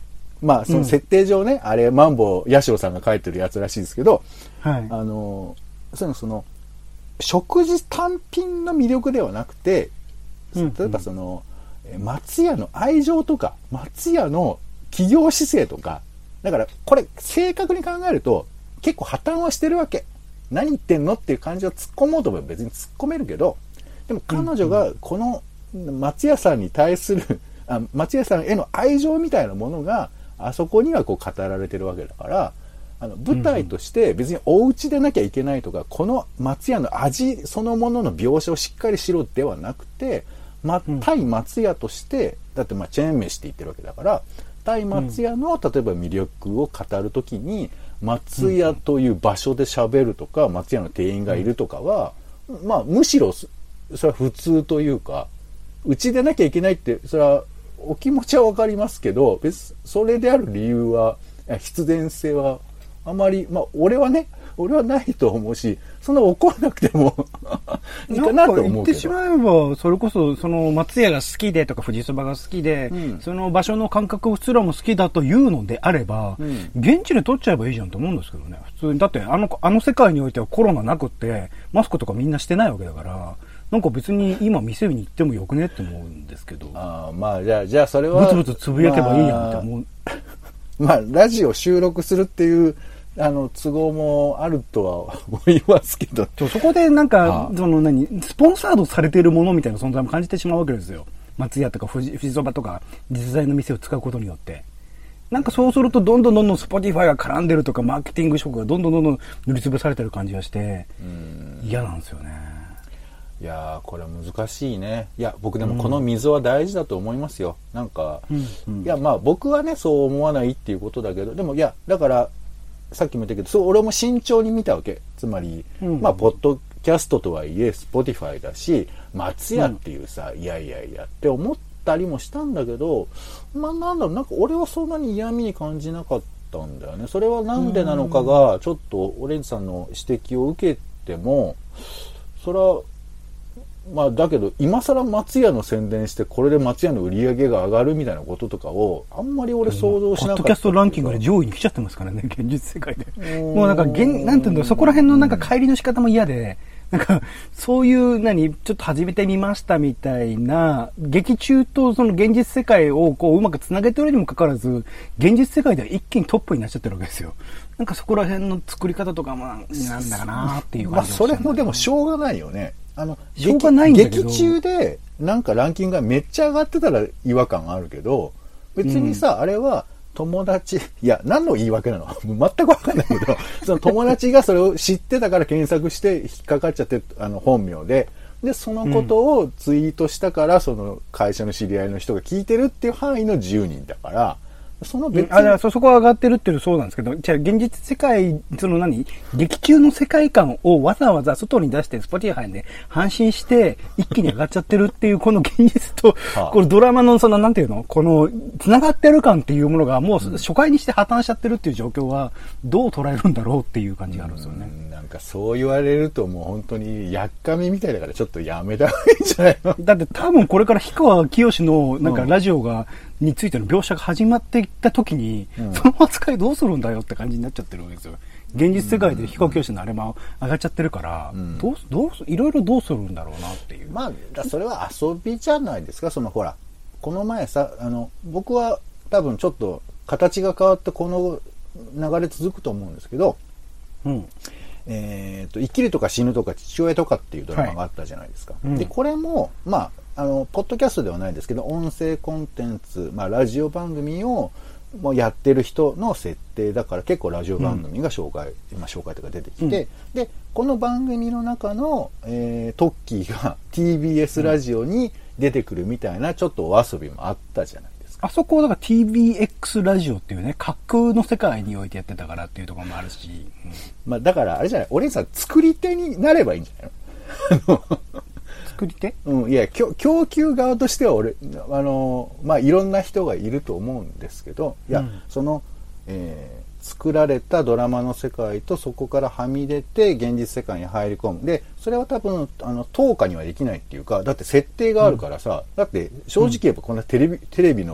まあその設定上ね、うん、あれマンボウ八代さんが書いてるやつらしいですけど、 はい、 あのそのその食事単品の魅力ではなくて、例えばその、うん、松屋の愛情とか松屋の企業姿勢とか、だからこれ正確に考えると結構破綻はしてるわけ。何言ってんのっていう感じを突っ込もうと思えば別に突っ込めるけど、でも彼女がこの松屋さんに対するあ松屋さんへの愛情みたいなものがあそこにはこう語られてるわけだから、あの舞台として別にお家でなきゃいけないとか、この松屋の味そのものの描写をしっかりしろではなくて、ま、対松屋としてだってまあチェーン飯って言ってるわけだから、対松屋の例えば魅力を語るときに松屋という場所で喋るとか、松屋の店員がいるとかは、まあむしろそれは普通というか、うちでなきゃいけないってそれはお気持ちはわかりますけど、別それである理由は必然性はあまり、まあ俺はね俺はないと思うし、そんな怒らなくてもいいかなと思うけど。 言ってしまえば、それこそその松屋が好きでとか富士そばが好きで、うん、その場所の感覚すらも好きだというのであれば、うん、現地で撮っちゃえばいいじゃんと思うんですけどね。普通にだってあのあの世界においてはコロナなくってマスクとかみんなしてないわけだから、なんか別に今店に行ってもよくねって思うんですけど。 ああ、まあじゃあじゃあそれはブツブツつぶやけばいいやんって思う。 まあ、まあ、ラジオ収録するっていうあの都合もあるとは思いますけど、 そこでなんかその何スポンサードされているものみたいな存在も感じてしまうわけですよ。松屋とか富士、富士そばとか実在の店を使うことによって、なんかそうするとどんどんどんどん Spotify が絡んでるとかマーケティング色がどんどんどんどん塗りつぶされてる感じがして嫌なんですよね。 いやーこれ難しいね。いや僕でもこの溝は大事だと思いますよ。なんか、うんうん、いやまあ僕はねそう思わないっていうことだけど、でもいやだからさっきも言ったけど、そう俺も慎重に見たわけ。つまり、うん、まあポッドキャストとはいえ Spotify だし松屋っていうさ、うん、いやいやいやって思ったりもしたんだけど、まあなんだろう、なんか俺はそんなに嫌味に感じなかったんだよね。それはなんでなのかがちょっとオレンジさんの指摘を受けても、それはまあだけど今更松屋の宣伝してこれで松屋の売り上げが上がるみたいなこととかをあんまり俺想像しなかった。ポッドキャストランキングで上位に来ちゃってますからね、現実世界で。もうなんか現なんていうんだろう、そこら辺のなんか帰りの仕方も嫌で、なんかそういう何ちょっと始めてみましたみたいな劇中とその現実世界をこううまくつなげてるにもかかわらず、現実世界では一気にトップになっちゃってるわけですよ。なんかそこら辺の作り方とかもなんだかなっていう感じが、 まあそれもでもしょうがないよね。あのしょうがないんだけど、 劇中でなんかランキングがめっちゃ上がってたら違和感があるけど、別にさ、うん、あれは友達、いや何の言い訳なの全く分かんないけどその友達がそれを知ってたから検索して引っかかっちゃって、あの本名ででそのことをツイートしたから、うん、その会社の知り合いの人が聞いてるっていう範囲のじゅうにんだから、その別に、 あ、そ、そこは上がってるっていうのはそうなんですけど、じゃあ現実世界、その何劇中の世界観をわざわざ外に出して Spotify で配信して一気に上がっちゃってるっていうこの現実と、はあ、このドラマのそのなんていうのこの繋がってる感っていうものがもう初回にして破綻しちゃってるっていう状況はどう捉えるんだろうっていう感じがあるんですよね。 うん、なんかそう言われるともう本当にやっかみみたいだからちょっとやめた方がいいんじゃないのだって多分これから氷川きよしのなんかラジオが、うん、についての描写が始まっていった時に、うん、その扱いどうするんだよって感じになっちゃってるわけですよ。現実世界で氷川きよしのあれも上がっちゃってるから、うん、どうどういろいろどうするんだろうなっていう。 まあだそれは遊びじゃないですか。そのほらこの前さ、あの僕は多分ちょっと形が変わってこの流れ続くと思うんですけど、うん、えーと、生きるとか死ぬとか父親とかっていうドラマがあったじゃないですか。はい、でこれもまああのポッドキャストではないですけど音声コンテンツ、まあ、ラジオ番組をもうやってる人の設定だから結構ラジオ番組が紹介、うん、今紹介とか出てきて、うん、でこの番組の中の、えー、トッキーが ティービーエス ラジオに出てくるみたいなちょっとお遊びもあったじゃないですか。 あそこだから ティービーエックス ラジオっていうね架空の世界においてやってたからっていうところもあるし、うん、 まあだからあれじゃない、俺さん作り手になればいいんじゃないの作り手？ うん、いや供給側としては俺あのまあいろんな人がいると思うんですけど、いや、うん、その、えー、作られたドラマの世界とそこからはみ出て現実世界に入り込む。でそれは多分あの等価にはできないっていうか、だって設定があるからさ、うん、だって正直言えばこんなテレビテレビの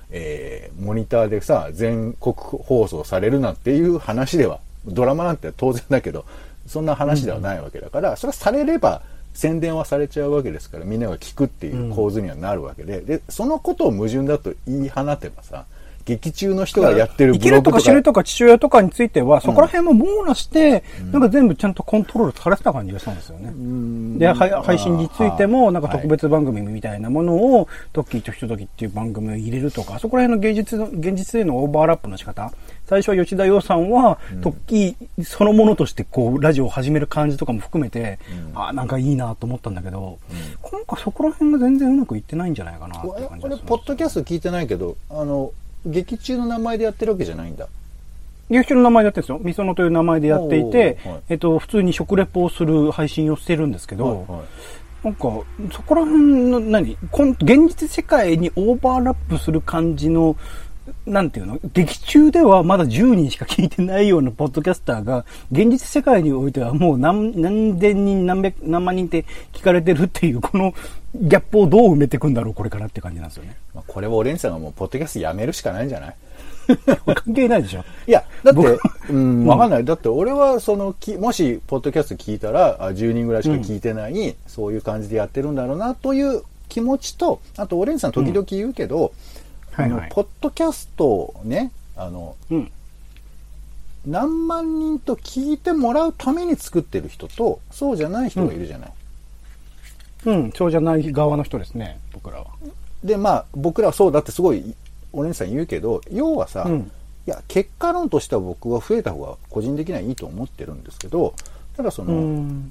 えー、モニターでさ、全国放送されるなんていう話では、ドラマなんて当然だけど、そんな話ではないわけだから、うん、それはされれば宣伝はされちゃうわけですから、みんなが聞くっていう構図にはなるわけで、うん、で、そのことを矛盾だと言い放てばさ、劇中の人がやってるブログとか。生きるとか死ぬとか父親とかについては、そこら辺も網羅して、うん、なんか全部ちゃんとコントロールされてた感じがしたんですよね。うん、で、配信についても、なんか特別番組みたいなものを、トッキーとひとときっていう番組を入れるとか、そこら辺の芸術の、現実へのオーバーラップの仕方。最初は吉田洋さんは、うん、トッキーそのものとしてこう、ラジオを始める感じとかも含めて、うん、ああ、なんかいいなと思ったんだけど、うん、今回そこら辺が全然うまくいってないんじゃないかなって感じがします。 俺、ポッドキャスト聞いてないけど、あの、劇中の名前でやってるわけじゃないんだ。 劇中の名前でやってるんですよ。みそのという名前でやっていて、はい、えっと、普通に食レポをする配信をしてるんですけど、はいはい、なんか、そこら辺の何、現実世界にオーバーラップする感じの、なんていうの、劇中ではまだじゅうにんしか聞いてないようなポッドキャスターが、現実世界においてはもう何、何千人、何百、何万人って聞かれてるっていう、このギャップをどう埋めていくんだろう、これからって感じなんですよね。 まあ、これはオレンジさんがもうポッドキャストやめるしかないんじゃない関係ないでしょ。 いや、だって、うん、わかんない。だって俺はその、もしポッドキャスト聞いたら、あじゅうにんぐらいしか聞いてない、うん、そういう感じでやってるんだろうなという気持ちと、あとオレンジさん時々言うけど、うんはいはい、あのポッドキャストをね、あの、うん、何万人と聞いてもらうために作ってる人と、そうじゃない人がいるじゃない。 うん、うん、そうじゃない側の人ですね、僕らは。 で、まあ、僕らはそうだってすごい、お姉さん言うけど、要はさ、うん、いや、結果論としては僕は増えた方が個人的にはいいと思ってるんですけど、ただその、うん、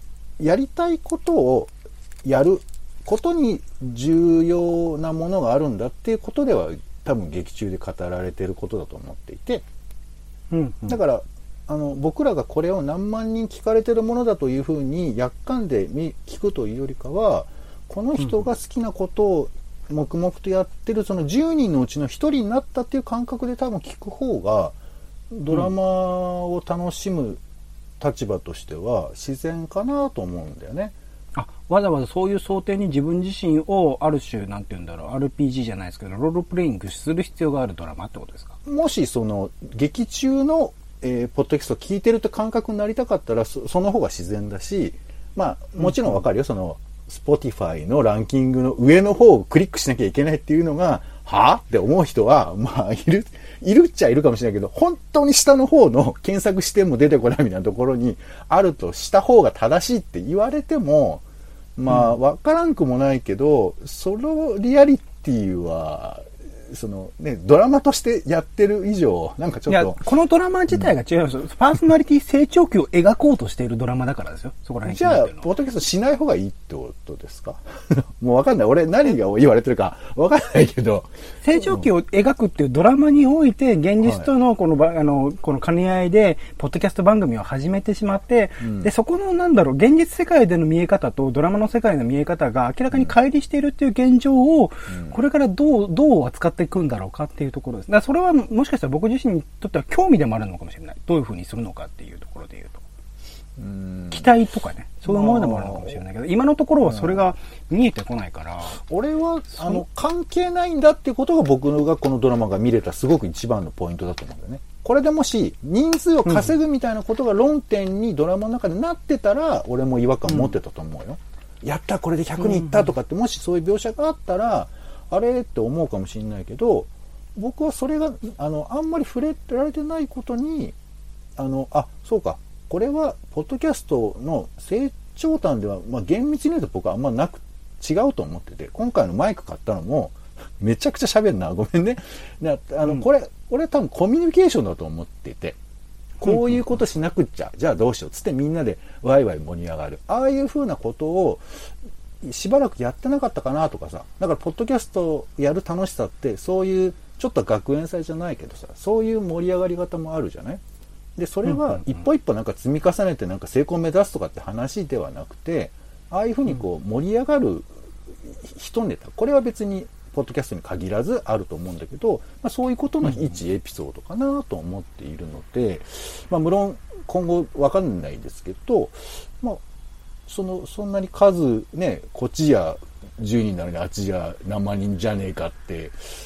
やりたいことをやることに重要なものがあるんだっていうことでは、多分劇中で語られていることだと思っていて、うんうん、だからあの僕らがこれを何万人聞かれてるものだというふうに約款で聞くというよりかは、この人が好きなことを黙々とやってるそのじゅうにんのうちのひとりになったっていう感覚で多分聞く方がドラマを楽しむ立場としては自然かなと思うんだよね。 あ、わざわざそういう想定に自分自身をある種なんて言うんだろう アールピージー じゃないですけどロールプレイングする必要があるドラマってことですか。 もしその劇中の、えー、ポッドキャストを聞いてるって感覚になりたかったら そ, その方が自然だし、まあもちろんわかるよ、うん、その Spotify のランキングの上の方をクリックしなきゃいけないっていうのがはぁって思う人はまあいるいるっちゃいるかもしれないけど、本当に下の方の検索しても出てこないみたいなところにあるとした方が正しいって言われても、まあわからんくもないけど、そのリアリティはそのね、ドラマとしてやってる以上、なんかちょっと。いや、 このドラマ自体が違うんですよ。うん、パーソナリティ成長期を描こうとしているドラマだからですよ。そこら辺。 じゃあ、ポッドキャストしない方がいいってことですかもうわかんない。俺何が言われてるかわかんないけど。 成長期を描くっていうドラマにおいて、現実とのこの、はい、あの、この兼ね合いで、ポッドキャスト番組を始めてしまって、うん、で、そこのなんだろう、現実世界での見え方とドラマの世界の見え方が明らかに乖離しているっていう現状を、うん、これからどう、どう扱っていくんだろうかっていうところです。だからそれはもしかしたら僕自身にとっては興味でもあるのかもしれない。どういうふうにするのかっていうところで言うと。うーん、期待とかね、そういうものでもあるのかもしれないけど、今のところはそれが見えてこないから。 俺は、あの、関係ないんだっていうことが僕がこのドラマが見れたすごく一番のポイントだと思うんだよね。これでもし、人数を稼ぐみたいなことが論点にドラマの中でなってたら、俺も違和感持ってたと思うよ。うん、やった、これでひゃくにんいったとかって、もしそういう描写があったら、あれって思うかもしれないけど、僕はそれがあのあんまり触れられてないことにあのあそうかこれはポッドキャストの成長端では、まあ、厳密に言うと僕はあんまなく違うと思ってて、今回のマイク買ったのもめちゃくちゃ喋るなごめんねあの、うん、これ俺多分コミュニケーションだと思ってて、こういうことしなくっちゃ、じゃあどうしようつってみんなでワイワイ盛り上がる、ああいう風なことをしばらくやってなかったかなとかさ、だからポッドキャストやる楽しさってそういうちょっと学園祭じゃないけどさ、そういう盛り上がり方もあるじゃない。でそれは一歩一歩なんか積み重ねてなんか成功を目指すとかって話ではなくて、ああいうふうにこう盛り上がる一ネタ、これは別にポッドキャストに限らずあると思うんだけど、まあ、そういうことの一エピソードかなと思っているので、まあ、無論今後わかんないですけど、まあそのそんなに数ね、こっちじゃじゅうにんなのにあっちじゃ何万人じゃねえかって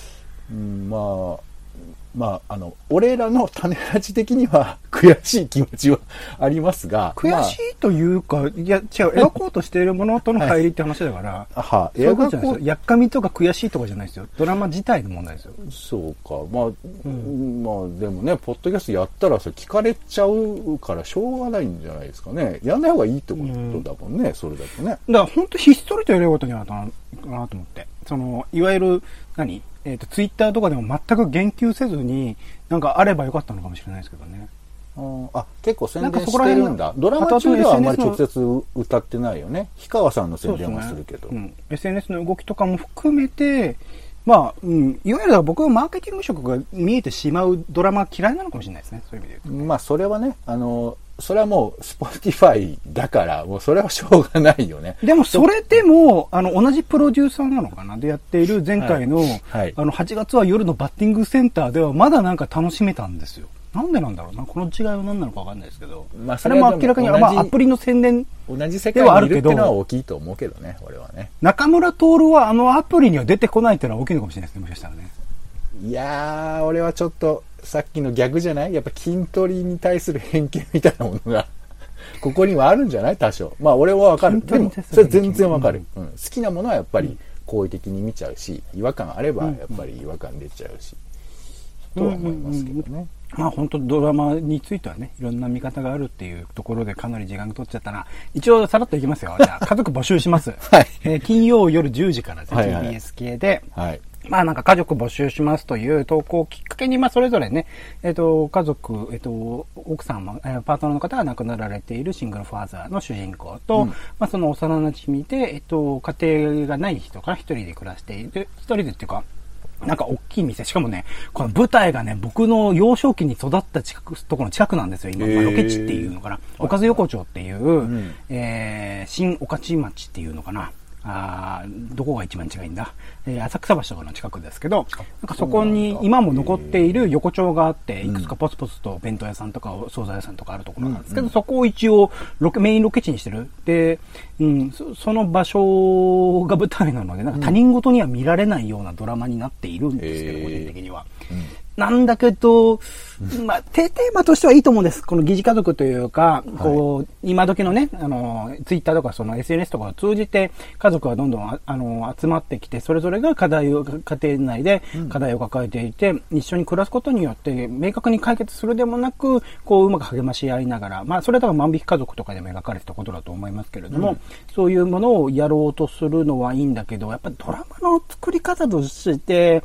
うん、まあまあ、あの、俺らの種ラジ的には悔しい気持ちはありますが。 悔しいというか、まあ、いや、違う、描こうとしているものとの入りって話だから、はい、はそういうことじゃないですよ。やっかみとか悔しいとかじゃないですよ。ドラマ自体の問題ですよ。 そうか。まあ、うん、まあ、でもね、ポッドキャストやったらそれ聞かれちゃうからしょうがないんじゃないですかね。やんない方がいいってことだもんね、うん、それだとね。 だから本当ひっそりとやることになったなと思って。その、いわゆる、何えっと、ツイッターとかでも全く言及せずに、なんかあればよかったのかもしれないですけどね。 あ、結構宣伝してるんだ。ドラマ中ではあんまり直接歌ってないよね。氷川さんの宣伝はするけど。 うん。エスエヌエス の動きとかも含めて、まあ、うん、いわゆる僕はマーケティング色が見えてしまうドラマ嫌いなのかもしれないですね。そういう意味で言うと。 まあ、それはね、あの、それはもう、Spotify だから、もうそれはしょうがないよね。 でもそれでも、あの、同じプロデューサーなのかなでやっている前回の、はいはい、あの、はちがつは夜のバッティングセンターではまだなんか楽しめたんですよ。なんでなんだろうな。この違いは何なのかわかんないですけど。まあ、それも明らかに、まあ、アプリの宣伝同じ世界にいるっていうのは大きいと思うけどね、俺はね。 中村徹はあのアプリには出てこないっていうのは大きいのかもしれないですね、もしかしたらね。 いやー、俺はちょっと、さっきの逆じゃない？やっぱ筋トレに対する偏見みたいなものが、ここにはあるんじゃない多少。まあ俺はわかる。でも、それ全然わかる、うんうん。好きなものはやっぱり好意的に見ちゃうし、違和感あればやっぱり違和感出ちゃうし、うんうん、とは思いますけどね。うんうんうん、 まあ本当ドラマについてはね、いろんな見方があるっていうところでかなり時間が取っちゃったな。一応さらっといきますよ。じゃあ家族募集します。はい。えー、金曜夜じゅうじからですね、はいはい、ティービーエス 系で。はい。まあなんか家族募集しますという投稿をきっかけに、まあそれぞれね、えっと、家族、えっと、奥さんも、パートナーの方が亡くなられているシングルファーザーの主人公と、うん、まあその幼馴染で、えっと、家庭がない人が一人で暮らしている、一人でっていうか、なんか大きい店。しかもね、この舞台がね、僕の幼少期に育った近く、ところの近くなんですよ、今。まあ、ロケ地っていうのかな。おかず横丁っていう、うん、えー、新御徒町っていうのかな。あどこが一番近いんだ、えー、浅草橋とかの近くですけど、なんかそこに今も残っている横丁があって、いくつかポツポツと弁当屋さんとかお惣菜屋さんとかあるところなんですけど、うんうん、そこを一応ロケ、メインロケ地にしてる。で、うん、そ, その場所が舞台なので、なんか他人事には見られないようなドラマになっているんですけど、うん、個人的には。うんなんだけど、まあ、テーマとしてはいいと思うんです。この疑似家族というか、こう、はい、今時のね、あの、ツイッターとかその エスエヌエス とかを通じて、家族はどんどんあ、あの、集まってきて、それぞれが課題を、家庭内で課題を抱えていて、うん、一緒に暮らすことによって、明確に解決するでもなく、こう、うまく励まし合いながら、まあ、それは多分万引き家族とかでも描かれてたことだと思いますけれども、うん、そういうものをやろうとするのはいいんだけど、やっぱりドラマの作り方として、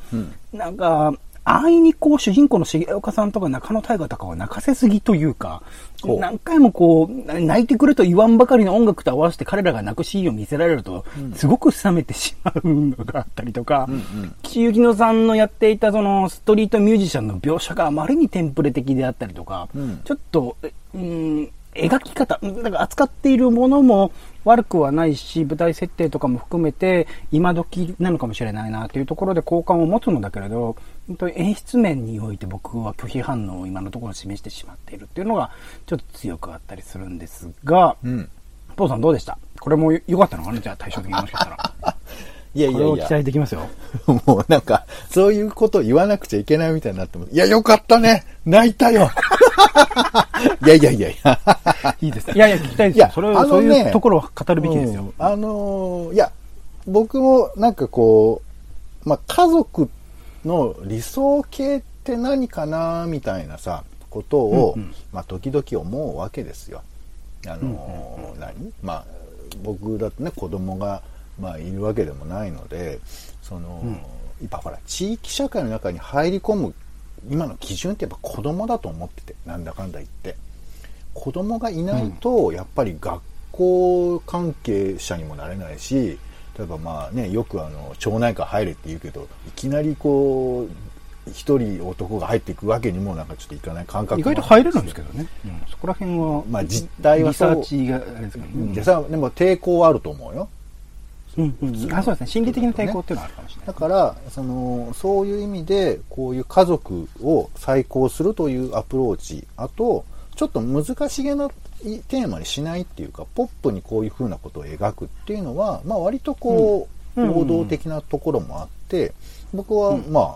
うん、なんか、安易にこう主人公の重岡さんとか中野大河とかを泣かせすぎというか、何回もこう泣いてくれと言わんばかりの音楽と合わせて彼らが泣くシーンを見せられると、すごく冷めてしまうのがあったりとか、うんうん、岸由乃さんのやっていたそのストリートミュージシャンの描写があまりにテンプレ的であったりとか、うん、ちょっと、うん描き方、だから扱っているものも悪くはないし、舞台設定とかも含めて今時なのかもしれないなというところで好感を持つのだけれど、本当に演出面において僕は拒否反応を今のところ示してしまっているっていうのがちょっと強くあったりするんですが、うん、ポーさんどうでした？これも良かったのかな？じゃあ対照的にもしかしたら。いやいやいや。これを期待できますよ。 もうなんか、そういうこと言わなくちゃいけないみたいになってます。いや、よかったね泣いたよいやいやいやいや。 いいですね。いやいや、聞きたいですよ。それは、ね、そういうところを語るべきですよ。 うん、あのー、いや、僕もなんかこう、まあ、家族の理想形って何かなみたいなさ、ことを、うんうん、まあ、時々思うわけですよ。あのー、うんうんうん、何まあ、僕だとね、子供が、まあ、いるわけでもないので、その、うん、今ほら地域社会の中に入り込む今の基準ってやっぱ子供だと思ってて、なんだかんだ言って子供がいないとやっぱり学校関係者にもなれないし、例えばまあね、よくあの町内会入れって言うけど、いきなりこう一人男が入っていくわけにもなんかちょっといかない感覚もあるんですよ。 意外と入れるんですけどね、うん、そこら辺はまあ実態はそう、 リサーチがあれですけどね、うん、 でさ、でも抵抗はあると思うよ。 うんうん、あ、そうですね。心理的な抵抗っていうのはあるかもしれない。 だからそのそういう意味でこういう家族を再興するというアプローチ、あとちょっと難しげなテーマにしないっていうか、ポップにこういう風なことを描くっていうのは、まあ割とこう、うん、王道的なところもあって、僕はまあ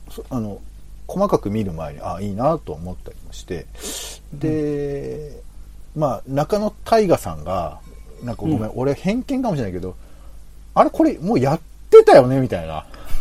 あの細かく見る前にあいいなと思ったりもして、で、うん、まあ中野大河さんがなんかごめん、うん、俺偏見かもしれないけど、あれこれもうやってたよねみたいな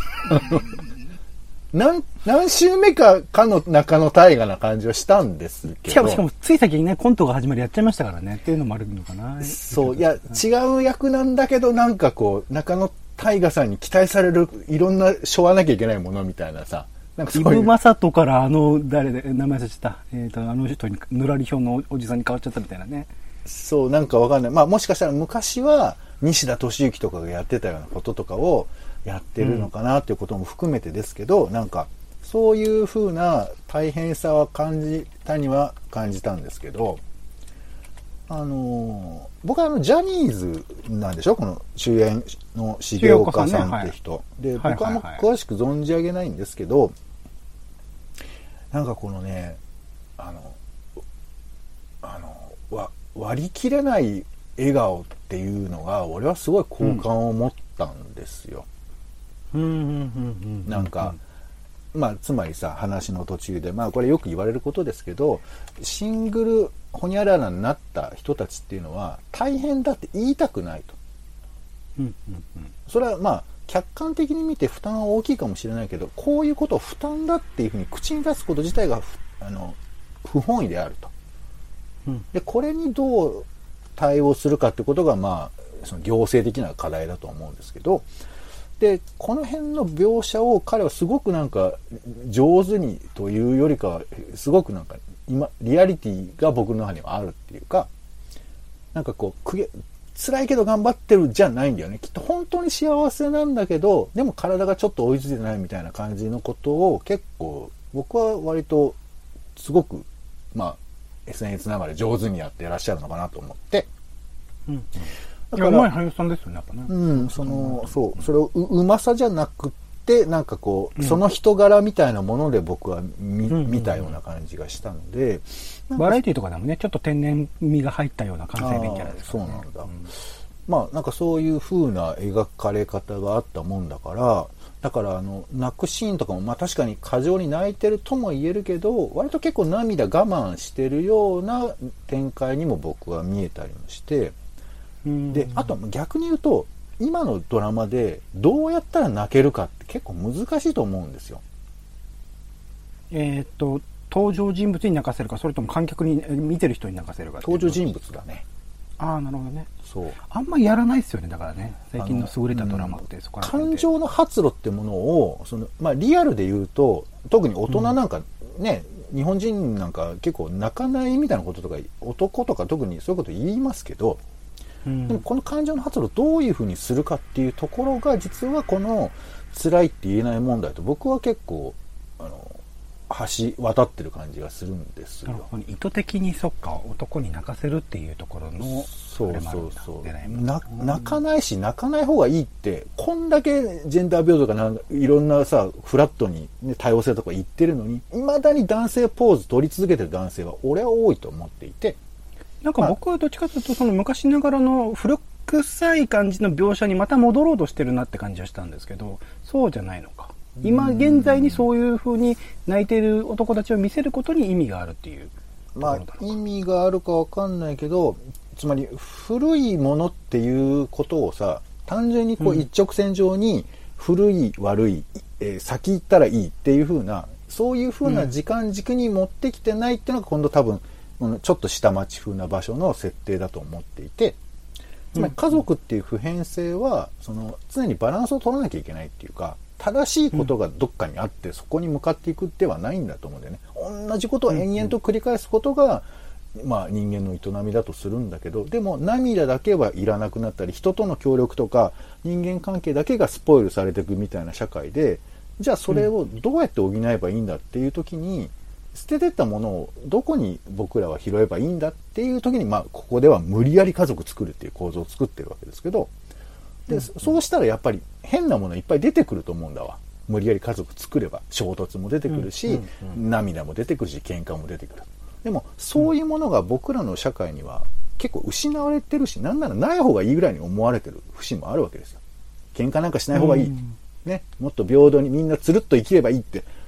何, 何週目かかの中野大河な感じはしたんですけど、 しかもしかもつい先にねコントが始まりやっちゃいましたからねっていうのもあるのかな。 そういや違う役なんだけど、なんかこう中野大河さんに期待されるいろんなしょわなきゃいけないものみたいなさ、なんかそういうイブマサトからあの誰で名前忘れちゃった、えー、とあの人にぬらりひょんの お, おじさんに変わっちゃったみたいなね。 そうなんかわかんない。まあもしかしたら昔は西田敏行とかがやってたようなこととかをやってるのかなっていうことも含めてですけど、うん、なんかそういう風な大変さは感じたには感じたんですけど、あのー、僕はあのジャニーズなんでしょ、この主演の重岡さんって人、ね、はい、で僕はもう詳しく存じ上げないんですけど、なんかこのねあのあのわ割り切れない笑顔っていうのが俺はすごい好感を持ったんですよ。なんかまあつまりさ話の途中でまあこれよく言われることですけど、シングルホニャララになった人たちっていうのは大変だって言いたくないと、うんうんうん、それはまあ客観的に見て負担は大きいかもしれないけど、こういうことを負担だっていうふうに口に出すこと自体があの不本意であると、うん、でこれにどう対応するかってことがまあその行政的な課題だと思うんですけど、でこの辺の描写を彼はすごくなんか上手にというよりかはすごくなんか今リアリティが僕の中にはあるっていうか、なんかこうくげ辛いけど頑張ってるじゃないんだよね。きっと本当に幸せなんだけど、でも体がちょっと追いついてないみたいな感じのことを結構僕は割とすごくまあ エスエヌエス ながら上手にやっていらっしゃるのかなと思って、うんうん、 だからうまい俳優さんですよねやっぱね。 うん、そのそうそれを う, うまさじゃなくてなんかこう、うん、その人柄みたいなもので僕は 見,、うんうんうん、見たような感じがしたので、 バラエティとかでもねちょっと天然味が入ったような関西弁キャラですからね。 そうなんだ、うん、まあなんかそういう風な描かれ方があったもんだから、だからあの泣くシーンとかもまあ確かに過剰に泣いてるとも言えるけど、割と結構涙我慢してるような展開にも僕は見えたりもして、であと逆に言うと今のドラマでどうやったら泣けるかって結構難しいと思うんですよ。 えー、っと登場人物に泣かせるか、それとも観客に見てる人に泣かせるか。 登場人物だね。 ああなるほどね。 そうあんまやらないですよね。だからね最近の優れたドラマって、うん、そこら感情の発露ってものをその、まあ、リアルで言うと特に大人なんかね、うん、日本人なんか結構泣かないみたいなこととか男とか特にそういうこと言いますけど、うん、でもこの感情の発露をどういうふうにするかっていうところが実はこの辛いって言えない問題と僕は結構あの橋渡ってる感じがするんですよ。 意図的にそっか男に泣かせるっていうところのそうそうそうな泣かないし泣かない方がいいってこんだけジェンダー平等とかなんかいろんなさフラットに、ね、多様性とか言ってるのに未だに男性ポーズ取り続けてる男性は俺は多いと思っていて、 なんか僕はどっちかというとその昔ながらの古臭い感じの描写にまた戻ろうとしてるなって感じはしたんですけど、そうじゃないのか。今現在にそういう風に泣いている男たちを見せることに意味があるっていう。 まあ意味があるかわかんないけど、つまり古いものっていうことをさ、単純にこう一直線上に古い悪い、えー、先行ったらいいっていう風なそういう風な時間軸に持ってきてないっていうのが今度多分ちょっと下町風な場所の設定だと思っていて、つまり家族っていう普遍性はその常にバランスを取らなきゃいけないっていうか、正しいことがどっかにあってそこに向かっていくではないんだと思うんだよね。同じことを延々と繰り返すことが、まあ、人間の営みだとするんだけど、でも涙だけはいらなくなったり人との協力とか人間関係だけがスポイルされていくみたいな社会で、じゃあそれをどうやって補えばいいんだっていう時に、捨ててったものをどこに僕らは拾えばいいんだっていう時に、まあ、ここでは無理やり家族作るっていう構造を作ってるわけですけど、でそうしたらやっぱり変なものいっぱい出てくると思うんだわ。無理やり家族作れば衝突も出てくるし、うんうんうん、涙も出てくるし喧嘩も出てくる。でもそういうものが僕らの社会には結構失われてるし、なんならない方がいいぐらいに思われてる節もあるわけですよ。喧嘩なんかしない方がいい、うん、ね、もっと平等にみんなつるっと生きればいいって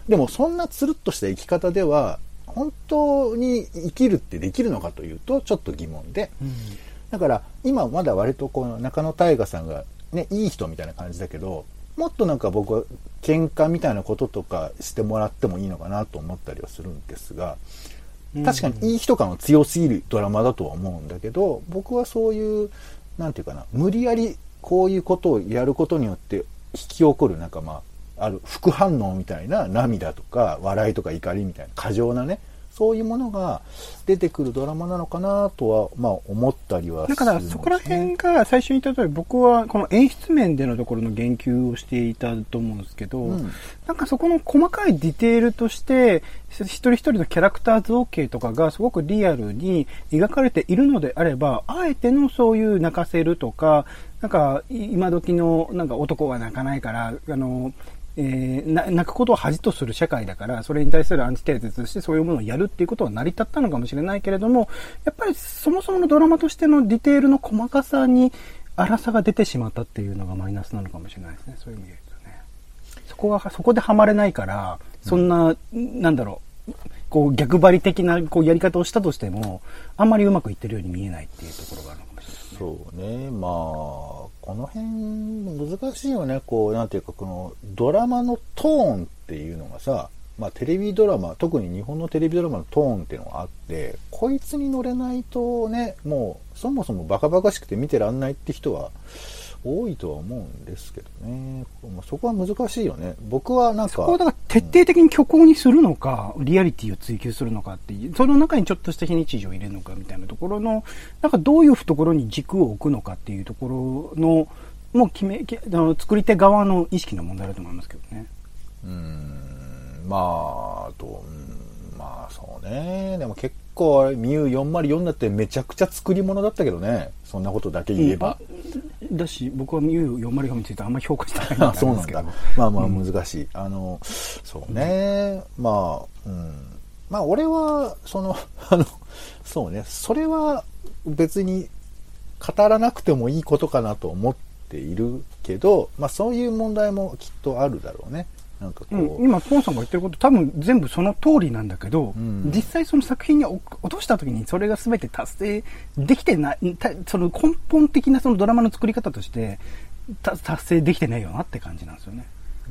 でもそんなつるっとした生き方では本当に生きるってできるのかというとちょっと疑問で、うん、だから今まだ割とこの中野大河さんがねいい人みたいな感じだけど、もっとなんか僕は喧嘩みたいなこととかしてもらってもいいのかなと思ったりはするんですが、確かにいい人感は強すぎるドラマだとは思うんだけど、僕はそういうなんていうかな、無理やりこういうことをやることによって引き起こるなんかまあある副反応みたいな涙とか笑いとか怒りみたいな過剰なね、そういうものが出てくるドラマなのかなとはまあ思ったりはするんですね。 だからそこら辺が最初に言った通り、僕はこの演出面でのところの言及をしていたと思うんですけど、うん、なんかそこの細かいディテールとして一人一人のキャラクター造形とかがすごくリアルに描かれているのであれば、あえてのそういう泣かせるとか、なんか今時のなんか男は泣かないからあのえー、泣くことを恥とする社会だから、それに対するアンチテーゼとしてそういうものをやるっていうことは成り立ったのかもしれないけれども、やっぱりそもそものドラマとしてのディテールの細かさに粗さが出てしまったっていうのがマイナスなのかもしれないですね。そういう意味で言うとね。そこが、そこでハマれないから、そんな、うん、なんだろう、こう逆張り的なこうやり方をしたとしても、あんまりうまくいってるように見えないっていうところがあるのかもしれないですね。 そうね。まあ、この辺難しいよね。こうなんていうか、このドラマのトーンっていうのがさ、まあテレビドラマ、特に日本のテレビドラマのトーンっていうのがあって、こいつに乗れないとね、もうそもそもバカバカしくて見てらんないって人は多いとは思うんですけどね。そこは難しいよね。僕はなんかそこをだから徹底的に虚構にするのか、うん、リアリティを追求するのかっていう、その中にちょっとした非日常を入れるのかみたいなところの、なんかどういうところに軸を置くのかっていうところのもう決めあの作り手側の意識の問題だと思いますけどね。 うーん、まあと、うん、まあそうね。でも結構ミューよんまるよんだってめちゃくちゃ作り物だったけどね。そんなことだけ言えば。 うん、だし僕はミューよんまるよんについてあんまり評価してないんですけど。 そうなんだ。まあまあ難しい。うん、あのそうね。うん、まあ、うん、まあ俺はそのあのそうね。それは別に語らなくてもいいことかなと思っているけど、まあそういう問題もきっとあるだろうね。なんかこう、 うん、今ポンさんが言ってること多分全部その通りなんだけど、うん、実際その作品に落とした時にそれが全て達成できてない、その根本的なそのドラマの作り方として達成できてないよなって感じなんですよね。うん、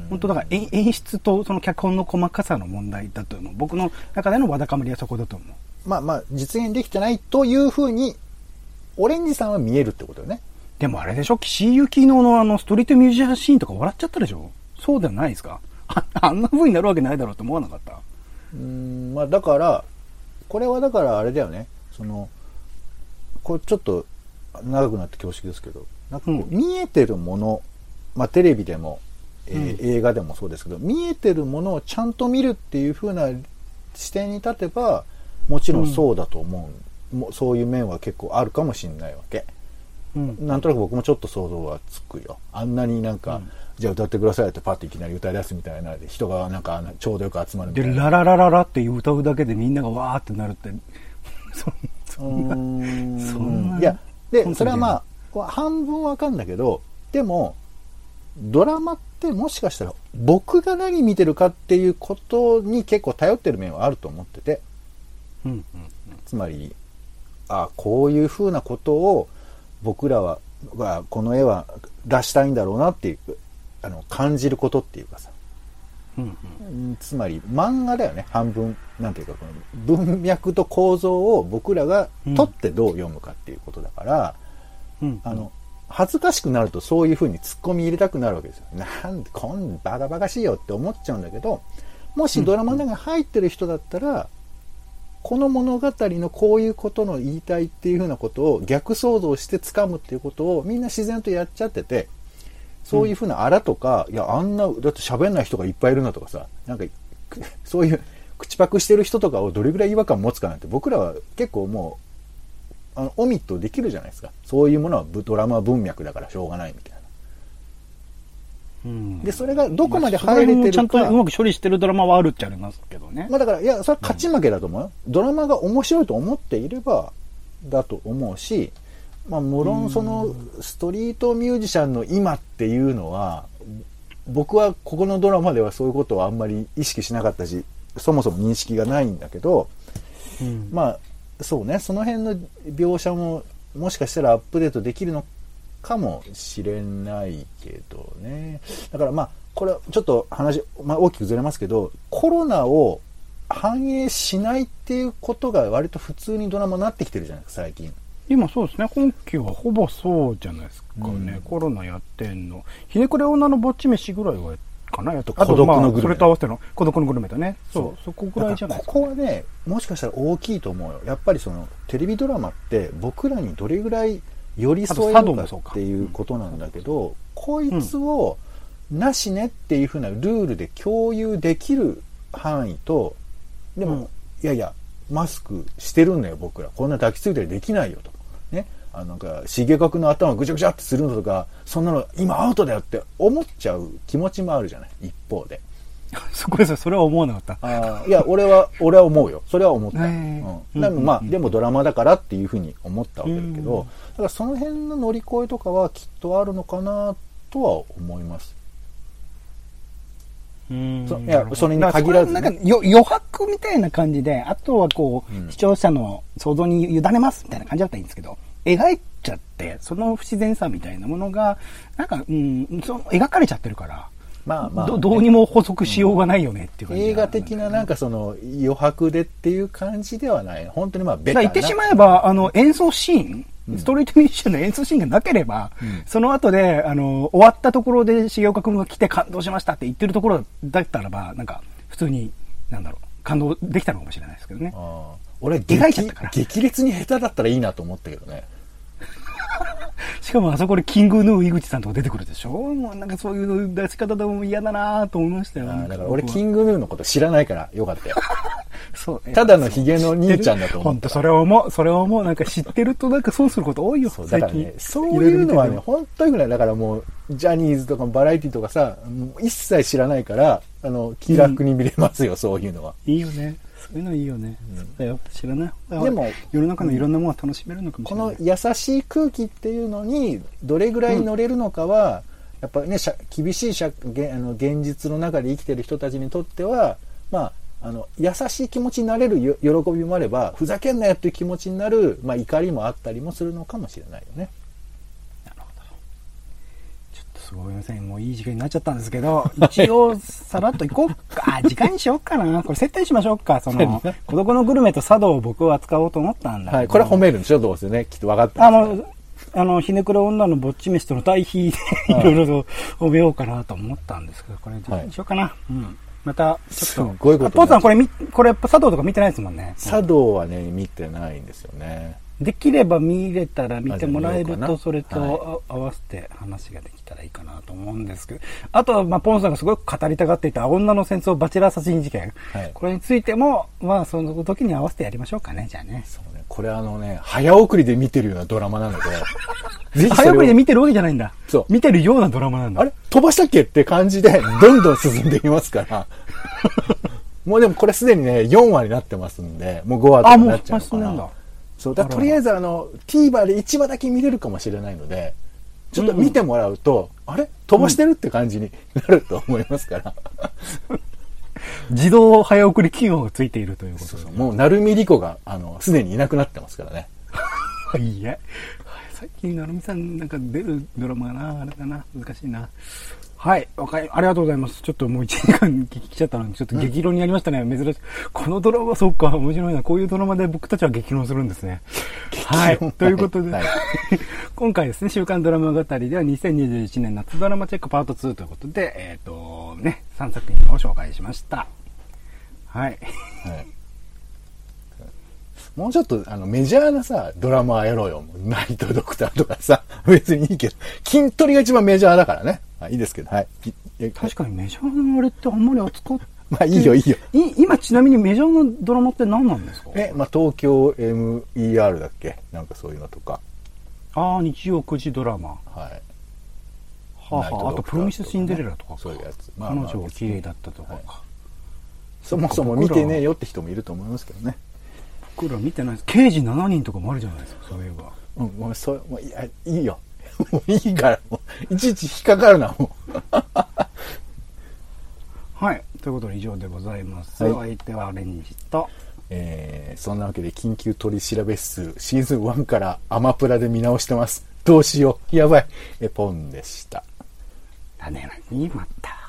本当だから演出とその脚本の細かさの問題だと思う。僕の中でのわだかまりはそこだと思う。 まあまあ実現できてないというふうにオレンジさんは見えるってことよね。 でもあれでしょ、岸井ゆきののあのストリートミュージシャンシーンとか笑っちゃったでしょ。そうではないですか。あ, あんな風になるわけないだろうと思わなかった。 うーん、まあだからこれはだからあれだよね。そのこれちょっと長くなって恐縮ですけど、なんかこう、うん、見えてるもの、まあテレビでも、えーうん、映画でもそうですけど、見えてるものをちゃんと見るっていう風な視点に立てばもちろんそうだと思う。うん、そういう面は結構あるかもしれないわけ。うん、なんとなく僕もちょっと想像はつくよ。あんなになんか、うん、じゃあ歌ってくださいってパッといきなり歌い出すみたいな人がなんかちょうどよく集まるみたいな。 でラララララって歌うだけでみんながわーってなるってそ, そんなそんないやでそれはまあ半分わかんだけど、でもドラマってもしかしたら僕が何見てるかっていうことに結構頼ってる面はあると思ってて、うんうんうん、つまりあこういうふうなことを僕らはこの絵は出したいんだろうなっていうあの感じることっていうかさ、うんうん、つまり漫画だよね。半分なんていうかこの文脈と構造を僕らが取ってどう読むかっていうことだから、うんうん、あの恥ずかしくなるとそういう風にツッコミ入れたくなるわけですよ。なんでこんバカバカしいよって思っちゃうんだけど、もしドラマの中に入ってる人だったら、うんうん、この物語のこういうことの言いたいっていう風なことを逆想像して掴むっていうことをみんな自然とやっちゃってて、そういう風なあらとか、うん、いやあんなだって喋んない人がいっぱいいるなとかさ、なんかそういう口パクしてる人とかをどれぐらい違和感持つかなんて僕らは結構もうあのオミットできるじゃないですか。そういうものはドラマ文脈だからしょうがないみたいな。うん、でそれがどこまで入れてるか、まあ、 ちゃんとうまく処理してるドラマはあるっちゃありますけどね。 まあだからいやそれは勝ち負けだと思うよ、うん、ドラマが面白いと思っていればだと思うし、まあ無論そのストリートミュージシャンの今っていうのは僕はここのドラマではそういうことをあんまり意識しなかったし、そもそも認識がないんだけど、うん、まあそうね、その辺の描写ももしかしたらアップデートできるのかもしれないけどね。だからまあこれはちょっと話、まあ、大きくずれますけど、コロナを反映しないっていうことが割と普通にドラマになってきてるじゃないですか最近。 今そうですね、今期はほぼそうじゃないですかね、うん、コロナやってんのひねくれ女のぼっち飯ぐらいはかな、あと孤独のグルメ、まあ、それと合わせての孤独のグルメとね、そう、そこぐらいじゃないですか。 ここはね、もしかしたら大きいと思うよ。やっぱりそのテレビドラマって僕らにどれぐらい寄り添えるかっていうことなんだけど、うん、こいつをなしねっていう風なルールで共有できる範囲と、でも、うん、いやいやマスクしてるんだよ僕ら、こんな抱きついたりできないよとね、あのなんか重角の頭ぐちゃぐちゃってするのとか、そんなの今アウトだよって思っちゃう気持ちもあるじゃない一方で。 そこですよ、それは思わなかった。 あいや俺は俺は思うよ、それは思った、うん、でもまあ、うんうん、でもドラマだからっていうふうに思ったわけだけど、うん、だからその辺の乗り越えとかはきっとあるのかなとは思います。 うん、 そいやそれに限らず、ね、 なんか余白みたいな感じで、あとはこう、うん、視聴者の想像に委ねますみたいな感じだったらいいんですけど、描いちゃってその不自然さみたいなものがなんか、うん、その描かれちゃってるから、まあまあ、ね、ど, どうにも補足しようがないよねっていう感じ、 うん、映画的ななんかその余白でっていう感じではない、本当にまあベタな。 言ってしまえばあの演奏シーン、ストリートミュージシャンの演奏シーンがなければ、うん、その後で、あの、終わったところで重岡くんが来て感動しましたって言ってるところだったらば、なんか、普通に、なんだろう、感動できたのかもしれないですけどね。 あ俺、描いちゃったから。激烈に下手だったらいいなと思ったけどね。 しかもあそこでキングヌー井口さんとか出てくるでしょ。もうなんかそういう出し方でも嫌だなと思いましたよ。 あだから俺キングヌーのこと知らないからよかったよ。 そうね、 ただのヒゲの兄ちゃんだと思う。 本当それを思う、それを思う、なんか知ってるとなんか損すること多いよ。 そうだからね、そういうのはね、本当にぐらいだからもうジャニーズとかバラエティとかさ、もう一切知らないからあの気楽に見れますよ、うん、そういうのは。 いいよね。そういうのいいよね。うん、そうだよ。知らない。でも世の中のいろんなものを楽しめるのかもしれない。 この優しい空気っていうのにどれぐらい乗れるのかは、うん、やっぱりね、厳しい社あの現実の中で生きてる人たちにとっては、まああの優しい気持ちになれる喜びもあれば、ふざけんなよっていう気持ちになる、まあ、怒りもあったりもするのかもしれないよね。 なるほど。ちょっとすごいません、もういい時間になっちゃったんですけど、一応さらっといこうか。時間にしようかな。これ設定しましょうか。その孤独のグルメと茶道を僕は扱おうと思ったんだけど、はい、 これ褒めるんでしょ、どうせね、きっと分かったんです。 あのあのひねくれ女のぼっち飯との対比でいろいろと褒めようかなと思ったんですけど、これ時間にしようかな。はい、うん。またちょっとすごいこと。ポーさんこれみこれ茶道とか見てないですもんね。 茶道はね見てないんですよね。 できれば見れたら見てもらえると、それと合わせて話ができたらいいかなと思うんですけど、あとはまあポンさんがすごく語りたがっていた女の戦争バチェラー殺人事件、はい、これについてもまあその時に合わせてやりましょうかね。じゃあね。 そうね。これあのね早送りで見てるようなドラマなので。 早送りで見てるわけじゃないんだ。そう。見てるようなドラマなんだ。 あれ飛ばしたっけって感じで、どんどん進んでいきますから。もうでもこれすでにね、よんわになってますんで、もうごわとかになっちゃうのかな。あ、もう、なんだ。そう。だとりあえずあの、TVer でいちわだけ見れるかもしれないので、ちょっと見てもらうと、うん、あれ飛ばしてるって感じになると思いますから。 自動早送り機能がついているということですね。 もう、成海莉子が、あの、すでにいなくなってますからね。 いいえ。最近、成海さんなんか出るドラマがな、あれだな、難しいな。はい、わかり、ありがとうございます。ちょっともういちじかん聞きちゃったのに、ちょっと激論になりましたね。うん、珍しい。このドラマ、そうか、面白いな。こういうドラマで僕たちは激論するんですね。はい。ということで、はい、今回ですね、週刊ドラマ語りではにせんにじゅういちねん夏ドラマチェックパートツーということで、えっと、ね、さんさく品を紹介しました。はい。はいもうちょっとあのメジャーなさドラマやろうよ。ナイトドクターとかさ別にいいけど筋トレが一番メジャーだからね。あいいですけどはい。 確かにメジャーのあれってあんまり扱って。 まあいいよいいよ。 い今ちなみにメジャーのドラマって何なんですか？ えまあ東京 エムイーアール だっけなんかそういうのとか。 ああ日曜くじドラマ。はい。 はあ、はあ、あとプロミスシンデレラとかか。 そういうやつ。 まあ、彼女が綺麗だったとかか、はい。 そもそも見てねえよって人もいると思いますけどね。 僕ら見てないです。刑事しちにんとかもあるじゃないですか、そういえば。 うん、もうそれ、もういや、いいよ。もういいから、もう、いちいち引っかかるな、もう。 はい。ということで以上でございます。はい、お相手はオレンジと、 えー、そんなわけで緊急取調べ室シーズンワンからアマプラで見直してます。どうしよう。やばい。え、ポンでした。 種なにまた。